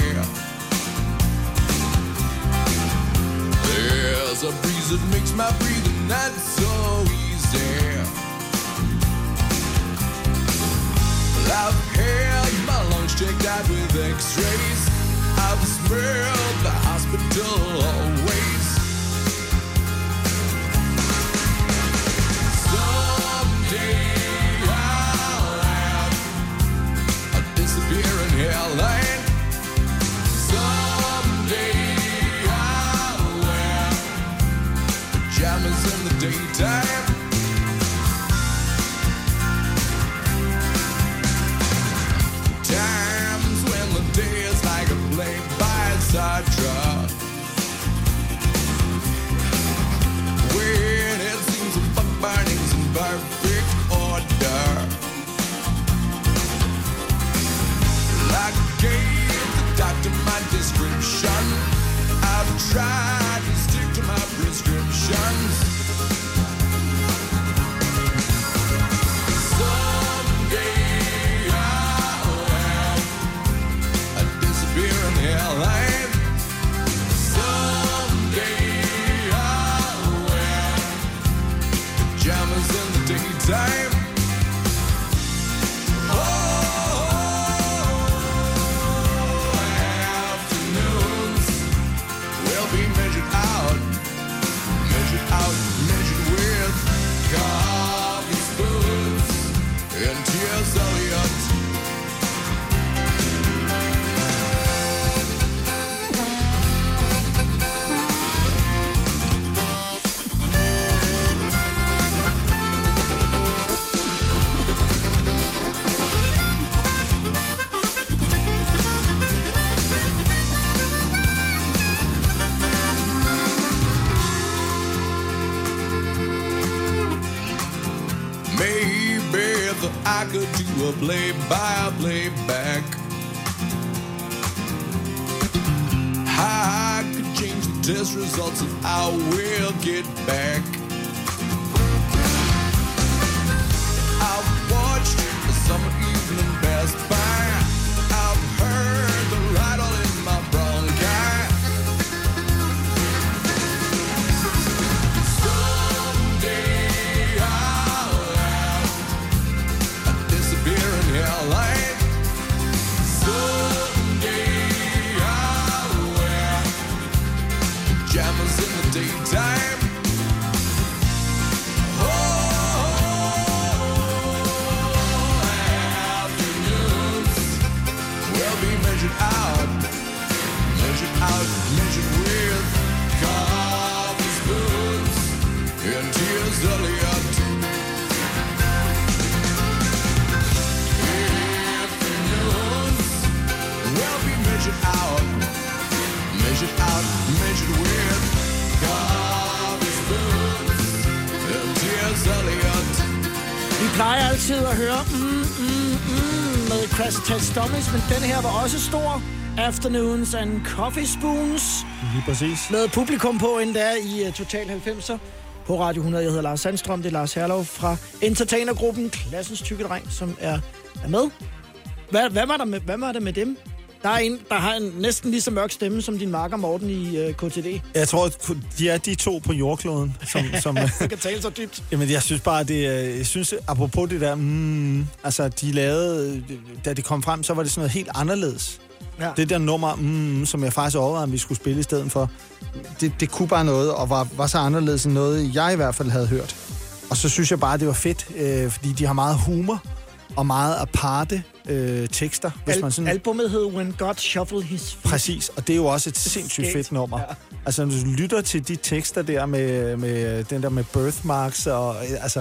There's a breeze that makes my breathing not so easy. I've had my lungs checked out with x-rays. I've smelled the hospital always. Someday I'll have a disappearing hairline. Someday I'll wear pajamas in the daytime. Times when the day is like a play-by-side truck, when it seems a fuck burning's in perfect order. Like I gave the doctor my description, I've tried to stick to my prescriptions. Airline. Someday I'll wear pajamas in the daytime. Afternoons will be measured out with coffee spoons and tears Elliott. I could do a play-by-playback. I could change the test results of how we'll get back. I've watched the summer evening pass by. I've heard the rattle in my bronchi. Someday I'll have a disappearing hairline. Someday I'll wear pajamas in the daytime. Measured with coffee spoons and tears Elliot. Afternoons will be measured with coffee spoons and tears Elliot. Vi plejer altid at høre med Crash Test Dummies, men den her var også stor. Afternoons and Coffee Spoons. Lige præcis. Med publikum på endda i Total 90'er på Radio 100. Jeg hedder Lars Sandstrøm, det er Lars Herlov fra Entertainergruppen, klassens tykke dreng, som er med. Hvad var der med dem? Der er en, der har en næsten lige så mørk stemme som din makker Morten i KTD. Jeg tror, de er de to på jordkloden, som det kan tale så dybt. Jamen, jeg synes bare, jeg synes, apropos det der, altså, de lavede, da det kom frem, så var det sådan noget helt anderledes. Ja. Det der nummer, som jeg faktisk overvejede, om vi skulle spille i stedet for, det kunne bare noget, og var så anderledes end noget, jeg i hvert fald havde hørt. Og så synes jeg bare, det var fedt, fordi de har meget humor og meget aparte tekster. Hvis man sådan... Albumet hed When God Shuffled His Feet. Præcis, og det er jo også et sindssygt fedt nummer. Ja. Altså, når du lytter til de tekster der med den der med birthmarks, og altså...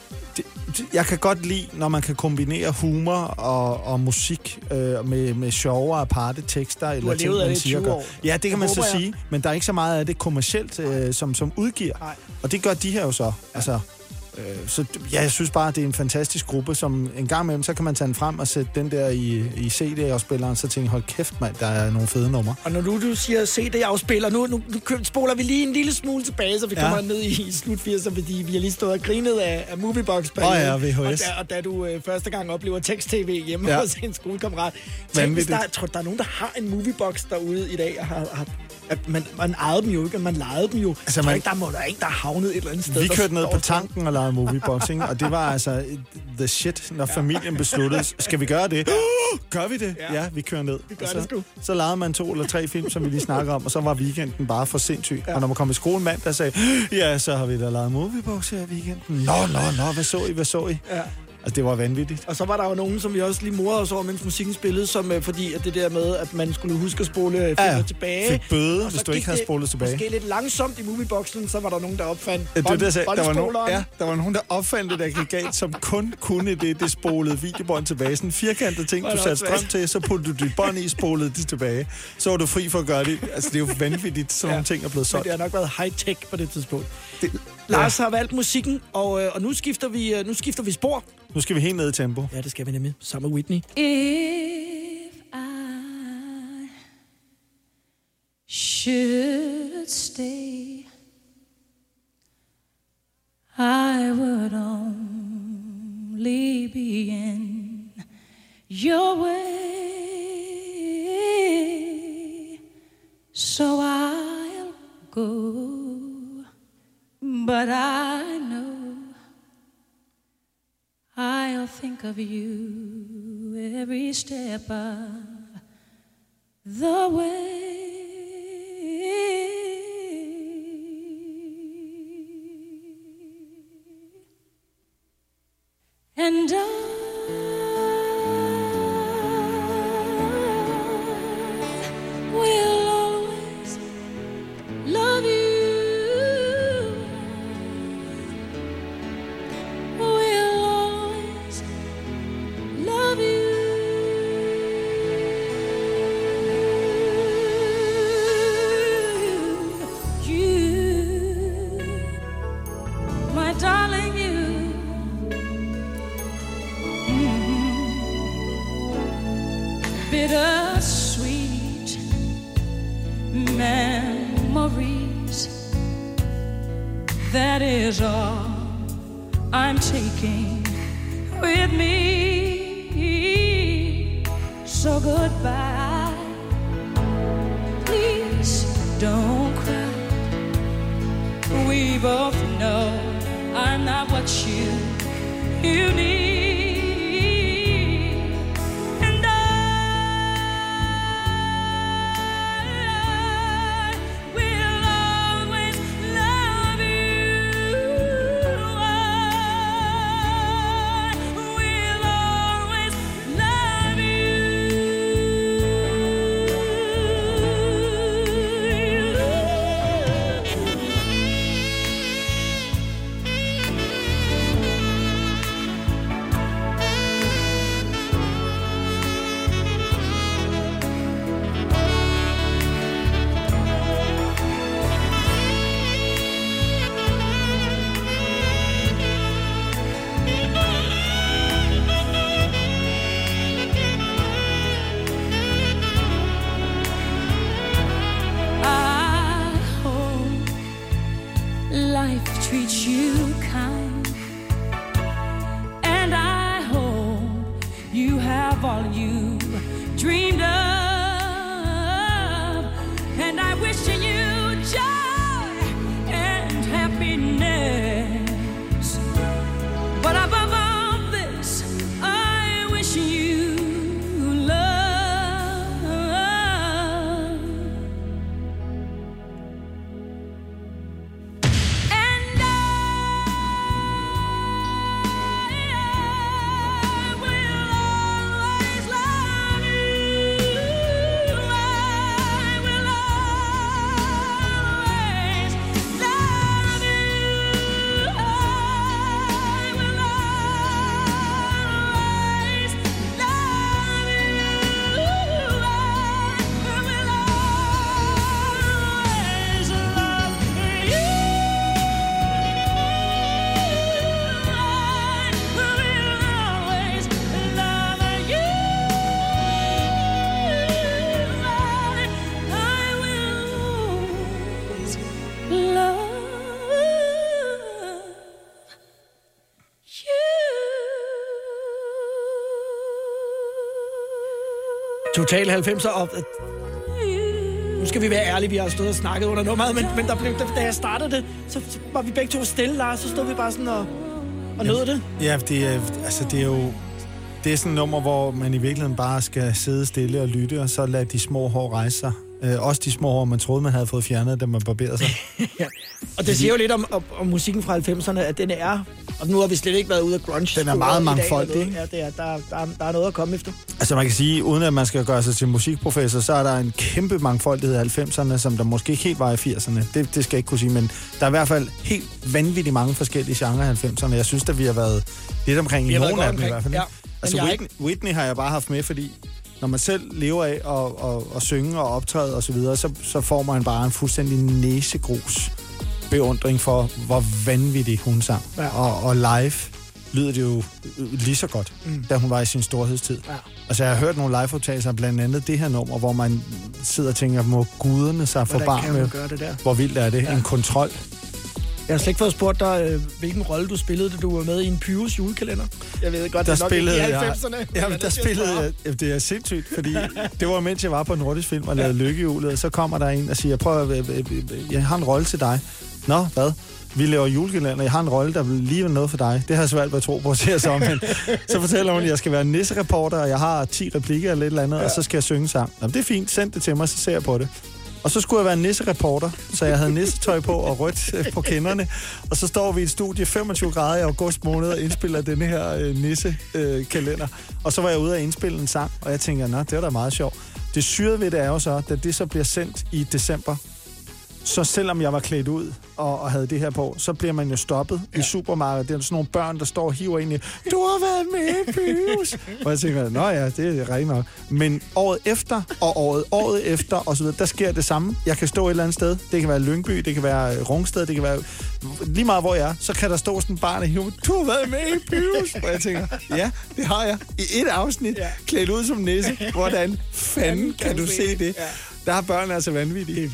Jeg kan godt lide, når man kan kombinere humor og musik med sjove og aparte tekster. Du har levet af det i 20 år. Ja, det kan man så sige. Men der er ikke så meget af det kommercielt, som udgiver. Nej. Og det gør de her jo så. Altså, så ja, jeg synes bare, det er en fantastisk gruppe, som en gang imellem, så kan man tage den frem og sætte den der i CD-afspilleren, så tænker hold kæft mand, der er nogle fede numre. Og når du siger CD-afspiller, nu spoler vi lige en lille smule tilbage, så vi kommer ned i slut 80'erne, fordi vi har lige stået og grinet af Moviebox-perioden. Ja, VHS. Og da du første gang oplever tekst-tv hjemme hos en skolekammerat. Tror der er nogen, der har en Moviebox derude i dag, og har man ejede dem jo ikke, man lejede dem jo. Altså, der er ikke, der har havnet et eller andet sted. Vi kørte ned på tanken og lejede Movieboxing, og det var altså the shit, når familien besluttede, skal vi gøre det? Gør vi det? Ja, vi kører ned. Vi gør det sgu. Så lejede man 2 eller 3 film, som vi lige snakker om, og så var weekenden bare for sindssyg. Ja. Og når man kom i skole mandag, sagde ja, så har vi da lejet Moviebox her i weekenden. Nå, hvad så I? Ja. Altså, det var vanvittigt. Og så var der jo nogen, som vi også lige morede os over, mens musikken spillede, som fordi at det der med, at man skulle huske at spole filmer tilbage. Fik bøde, hvis du ikke havde spolet tilbage. Måske lidt langsomt i Movieboxen, så var der nogen, der opfandt der var nogen, der opfandt det aggregat, som kun kunne det spolede videobånd tilbage. Sådan en firkantet ting, du satte strøm til, så puttede du dit bånd i, spolede det tilbage. Så var du fri for at gøre det. Altså, det er jo vanvittigt, sådan nogle ting er blevet solgt. Men det har nok været high-tech på det tidspunkt. Lars har valgt musikken, og nu skifter vi spor. Nu skal vi helt ned i tempo. Ja, det skal vi nemlig. Sammen med Whitney. If I should stay, I would only be in your way. So I'll go, but I know I'll think of you every step of the way. And I will always love you. memories. That is all I'm taking with me. So goodbye. Please don't cry. We both know I'm not what you need. And I will always love you. I will always love life treats you kind, and I hope you have all you dreamed of, and I wish you joy and happiness, but above all this, I wish you love. Total 90'er op. Nu skal vi være ærlige, vi har stået og snakket under nummeret, men da jeg startede det, så var vi begge to stille, Lars, så stod vi bare sådan og nød det. Ja, det er jo... Det er sådan et nummer, hvor man i virkeligheden bare skal sidde stille og lytte, og så lade de små hår rejse sig. Også de små hår, man troede, man havde fået fjernet, da man barberede sig. Ja. Og det siger jo lidt om musikken fra 90'erne, at den er... Og nu har vi slet ikke været ude af grunge. Den er meget mangfoldig, ikke? Ja, det er, der er noget at komme efter. Altså man kan sige, uden at man skal gøre sig til musikprofessor, så er der en kæmpe mangfoldighed af 90'erne, som der måske ikke helt var i 80'erne. Det skal jeg ikke kunne sige, men der er i hvert fald helt vanvittigt mange forskellige genrer af 90'erne. Jeg synes, at vi har været lidt omkring i nogle af dem i hvert fald. Ja. Altså Whitney har jeg bare haft med, fordi når man selv lever af at synge og optræde og så videre, så får man bare en fuldstændig næsegrus beundring for, hvor vanvittigt hun sang. Ja. Og live lyder det jo lige så godt, da hun var i sin storhedstid. Ja. Altså, jeg har hørt nogle live-optagelser, blandt andet det her nummer, hvor man sidder og tænker, må guderne sig forbarme med, hvor vildt er det? Ja. En kontrol. Jeg har slet ikke fået spurgt dig, hvilken rolle du spillede, da du var med i en Pyrus julekalender. Jeg ved godt, der det er nok ikke i 90'erne. Ja, der spillede jeg. Det er sindssygt, fordi det var mens jeg var på Nordisk Film og lavede Lykkehjulet, og så kommer der en og siger, prøv at, jeg har en rolle til dig. Nå, hvad? Vi laver julekalender, jeg har en rolle, der lige er noget for dig. Det har jeg svært ved at tro på at se os om, men så fortæller hun, at jeg skal være nissereporter, og jeg har 10 replikker eller et eller andet, og så skal jeg synge sang. Jamen, det er fint, send det til mig, så ser jeg på det. Og så skulle jeg være nissereporter, så jeg havde nissetøj på og rødt på kinderne. Og så står vi i et studie 25 grader i august måned og indspiller denne her nissekalender. Og så var jeg ude og indspille en sang, og jeg tænker, nå, det var da meget sjovt. Det syrede ved det er jo så, da det så bliver sendt i december, så selvom jeg var klædt ud og havde det her på, så bliver man jo stoppet i supermarkedet. Det er sådan nogle børn, der står og hiver ind i, du har været med i Pyrus. Og jeg tænker, nå ja, det er rent nok. Men året efter og året efter og så videre, der sker det samme. Jeg kan stå et eller andet sted. Det kan være Lyngby, det kan være Rungsted, det kan være lige meget hvor jeg er. Så kan der stå sådan en barn og hive, du har været med i Pyrus. Og jeg tænker, ja, det har jeg. I et afsnit, klædt ud som nisse. Hvordan fanden kan du se det? Ja. Der har børn altså vanvittigt. Det er vildt.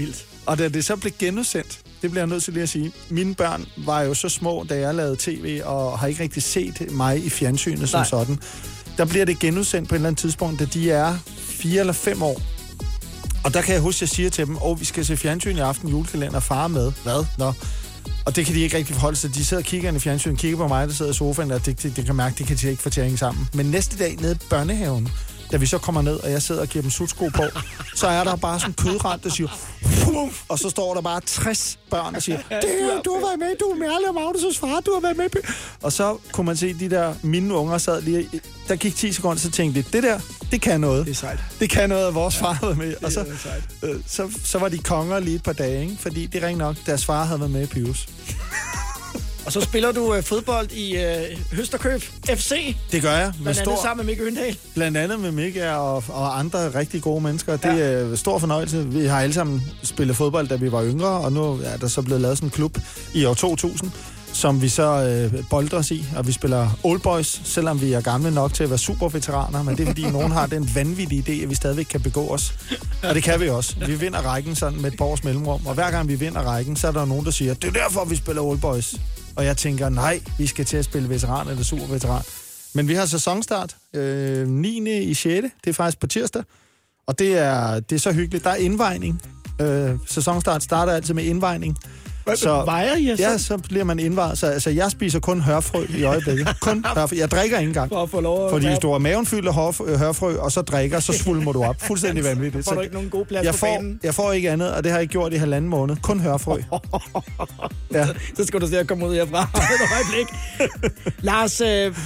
Og da det så blev genudsendt, det bliver jeg nødt til lige at sige, mine børn var jo så små, da jeg lavede tv, og har ikke rigtig set mig i fjernsynet som sådan. Der bliver det genudsendt på et eller andet tidspunkt, da de er 4 eller 5 år. Og der kan jeg huske, at jeg siger til dem, vi skal se fjernsyn i aften, julekalender, far med. Hvad? Nå. Og det kan de ikke rigtig forholde sig. De sidder og kigger i fjernsynet, kigger på mig, der sidder i sofaen, og det kan mærke, det kan de ikke få til at hænge sammen. Men næste dag nede i børnehaven, da vi så kommer ned, og jeg sidder og giver dem sutsko på, så er der bare sådan en kødrand, der siger, og så står der bare 60 børn, der siger, du har været med, du er Merle og Magnus' far, du har været med. Og så kunne man se, de der mine unger sad lige, der gik 10 sekunder, så tænkte de, det der, det kan noget. Det er sejt. Det kan noget, at vores far havde med. Og så var de konger lige et par dage, ikke? Fordi det er rent nok, deres far havde været med i Pyrus. Og så spiller du fodbold i Høsterkøb FC. Det gør jeg. Blandt andet sammen med Mikke Øndal. Blandt andet med Mikke og andre rigtig gode mennesker. Det er stor fornøjelse. Vi har alle sammen spillet fodbold, da vi var yngre, og nu er der så blevet lavet sådan en klub i år 2000, som vi så bolder os i, og vi spiller Old Boys, selvom vi er gamle nok til at være superveteraner, men det er fordi, nogen har den vanvittige idé, at vi stadigvæk kan begå os. Og det kan vi også. Vi vinder rækken sådan med et par års mellemrum, og hver gang vi vinder rækken, så er der nogen, der siger, det er derfor, vi spiller Old Boys. Og jeg tænker, nej, vi skal til at spille veteran eller superveteran. Men vi har sæsonstart 9. i 6. Det er faktisk på tirsdag, og det er så hyggeligt. Der er indvejning. Sæsonstart starter altid med indvejning. Så vejer I så? Ja, så bliver man indvejet. Så altså, jeg spiser kun hørfrø i øjeblikket. Kun hørfrø. Jeg drikker ikke engang. Fordi hvis du har maven fyldt af hørfrø, og så drikker, så svulmer du op. Fuldstændig vanvittigt. Får du ikke nogen god plads på banen? Jeg får ikke andet, og det har jeg ikke gjort i 1,5 måned. Kun hørfrø. Ja. Så skal du se at komme ud herfra. Et øjeblik. Lars,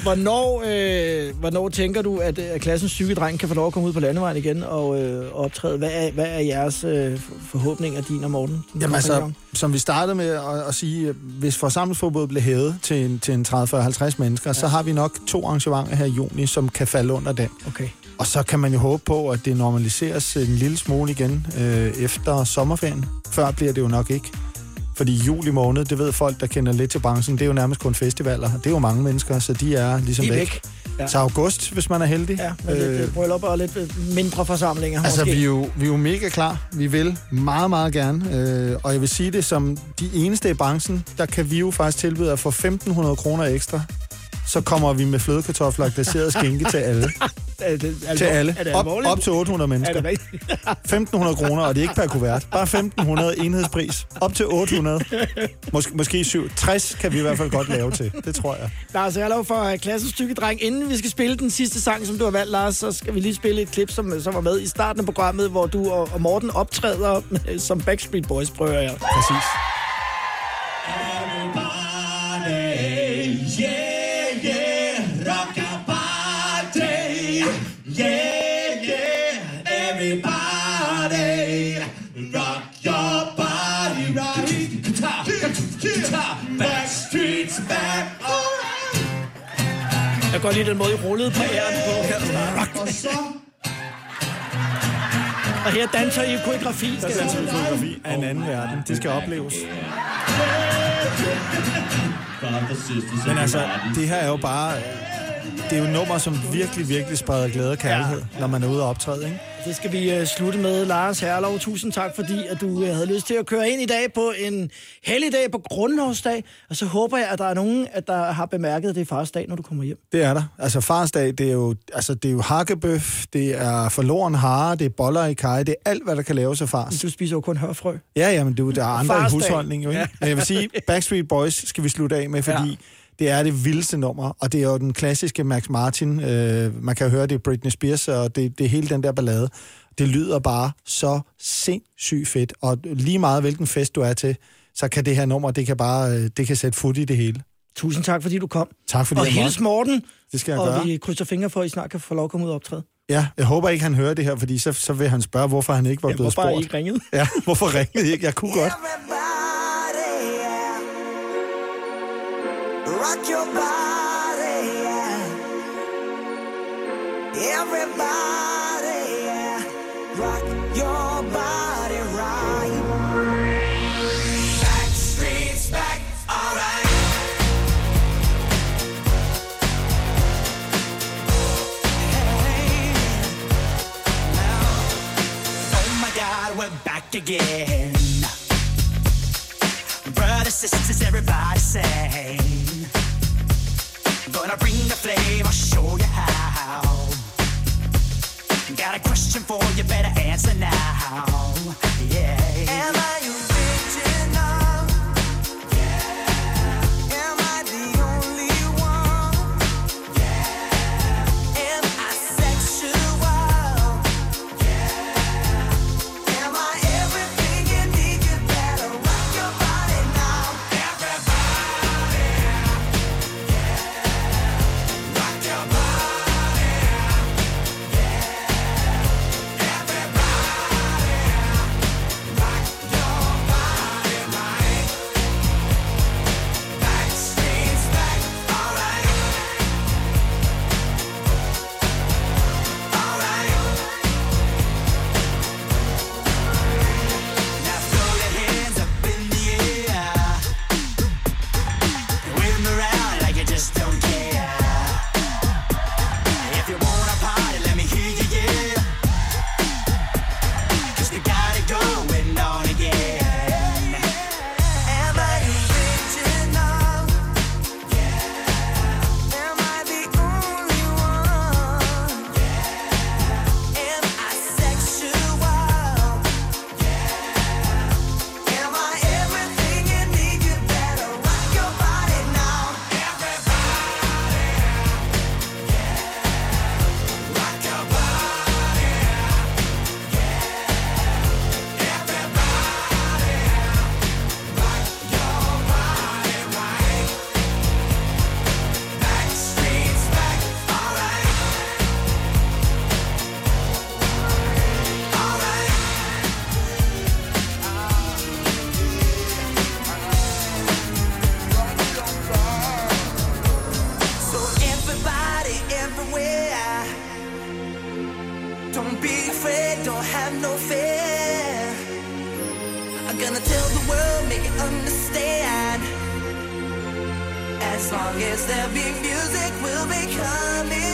hvornår tænker du, at klassens psykedreng kan få lov at komme ud på landevejen igen og optræde? Hvad er jeres forhåbninger, din og Morten? Jamen altså, som vi startede med at sige, hvis forsamlingsforbuddet blev hævet til en 30-40-50 mennesker, så har vi nok 2 arrangementer her i juni, som kan falde under den. Okay. Og så kan man jo håbe på, at det normaliseres en lille smule igen efter sommerferien. Før bliver det jo nok ikke. Fordi juli måned, det ved folk, der kender lidt til branchen, det er jo nærmest kun festivaler. Det er jo mange mennesker, så de er ligesom væk. Ja. Så august, hvis man er heldig. Ja, med lidt bryllup og lidt mindre forsamlinger. Altså, måske. vi er jo mega klar. Vi vil meget, meget gerne. Og jeg vil sige det som de eneste i branchen, der kan vi jo faktisk tilbyde at få 1.500 kroner ekstra. Så kommer vi med flødekartofler og glaseret skinke til alle. Til alle. Op til 800 mennesker. 1.500 kroner, og det er ikke per kuvert. Bare 1.500 enhedspris. Op til 800. Måske 60 kan vi i hvert fald godt lave til. Det tror jeg. Lars Herlov for klassens stykkedreng. Inden vi skal spille den sidste sang, som du har valgt, Lars, så skal vi lige spille et klip, som var med i starten af programmet, hvor du og Morten optræder som Backstreet Boys, prøver jeg. Præcis. Yeah, yeah, everybody, rock your body right. Guitar, guitar, Backstreet's back. Jeg kan godt lide den måde, I rullede på æren på. Og her danser I koreografi. Der danser I koreografi af en anden verden. Det skal opleves. Men altså, det her er jo bare... Det er jo nummer, som virkelig, virkelig spreder glæde og kærlighed, når man er ude og optræde, ikke? Det skal vi slutte med, Lars Herlov. Tusind tak, fordi at du havde lyst til at køre ind i dag på en helligdag på grundlovsdag. Og så håber jeg, at der er nogen, der har bemærket, at det er farsdag, når du kommer hjem. Det er der. Altså farsdag, det er jo hakkebøf, det er forloren hare, det er boller i kaj, det er alt, hvad der kan laves af fars. Du spiser jo kun hørfrø. Ja, men der er andre farsdag i husholdningen, jo ikke? Ja. Men jeg vil sige, Backstreet Boys skal vi slutte af med, fordi... Ja. Det er det vildeste nummer, og det er jo den klassiske Max Martin. Man kan høre, det er Britney Spears, og det er hele den der ballade. Det lyder bare så sindssygt fedt, og lige meget hvilken fest du er til, så kan det her nummer, det kan sætte fod i det hele. Tusind tak, fordi du kom. Tak fordi og hils Morten. Det skal jeg gøre. Og vi krydser fingre for, at I snart kan få lov at komme ud og optræde. Ja, jeg håber ikke, han hører det her, fordi så vil han spørge, hvorfor han ikke var blevet spurgt. Hvorfor I ikke ringede? Ja, hvorfor ringede I ikke? Jeg kunne godt. Rock your body, yeah. Everybody, yeah. Rock your body right. Backstreet's back, alright. Hey, now, oh my God, we're back again. everybody sing. Gonna bring the flame, I'll show you how. Got a question for you, better answer now. Yeah. Am I original? Yeah. Am I the only one? Yeah. Am I sexual? Yeah. Am I everything you need? You better rock your body now. Everybody. Yeah. Rock your body. Yeah. Everybody. Rock your body right. Backstreet's back. All right. All right. Now throw your hands up in the air. Wave 'em around like you just don't care. If you wanna party, let me hear you, yeah. 'Cause we got it going on again. Am I original? Yeah. Am I the only one? Yeah. Am I sexual? Yeah. Am I everything you need? You better rock your body now. Everybody. Yeah. Rock your body. Yeah. Everybody. Rock your body right. Backstreet's back. All right. All right. So everybody, everywhere, don't be afraid, don't have no fear. I'm gonna tell the world, make it understand. As long as there be music, we'll be coming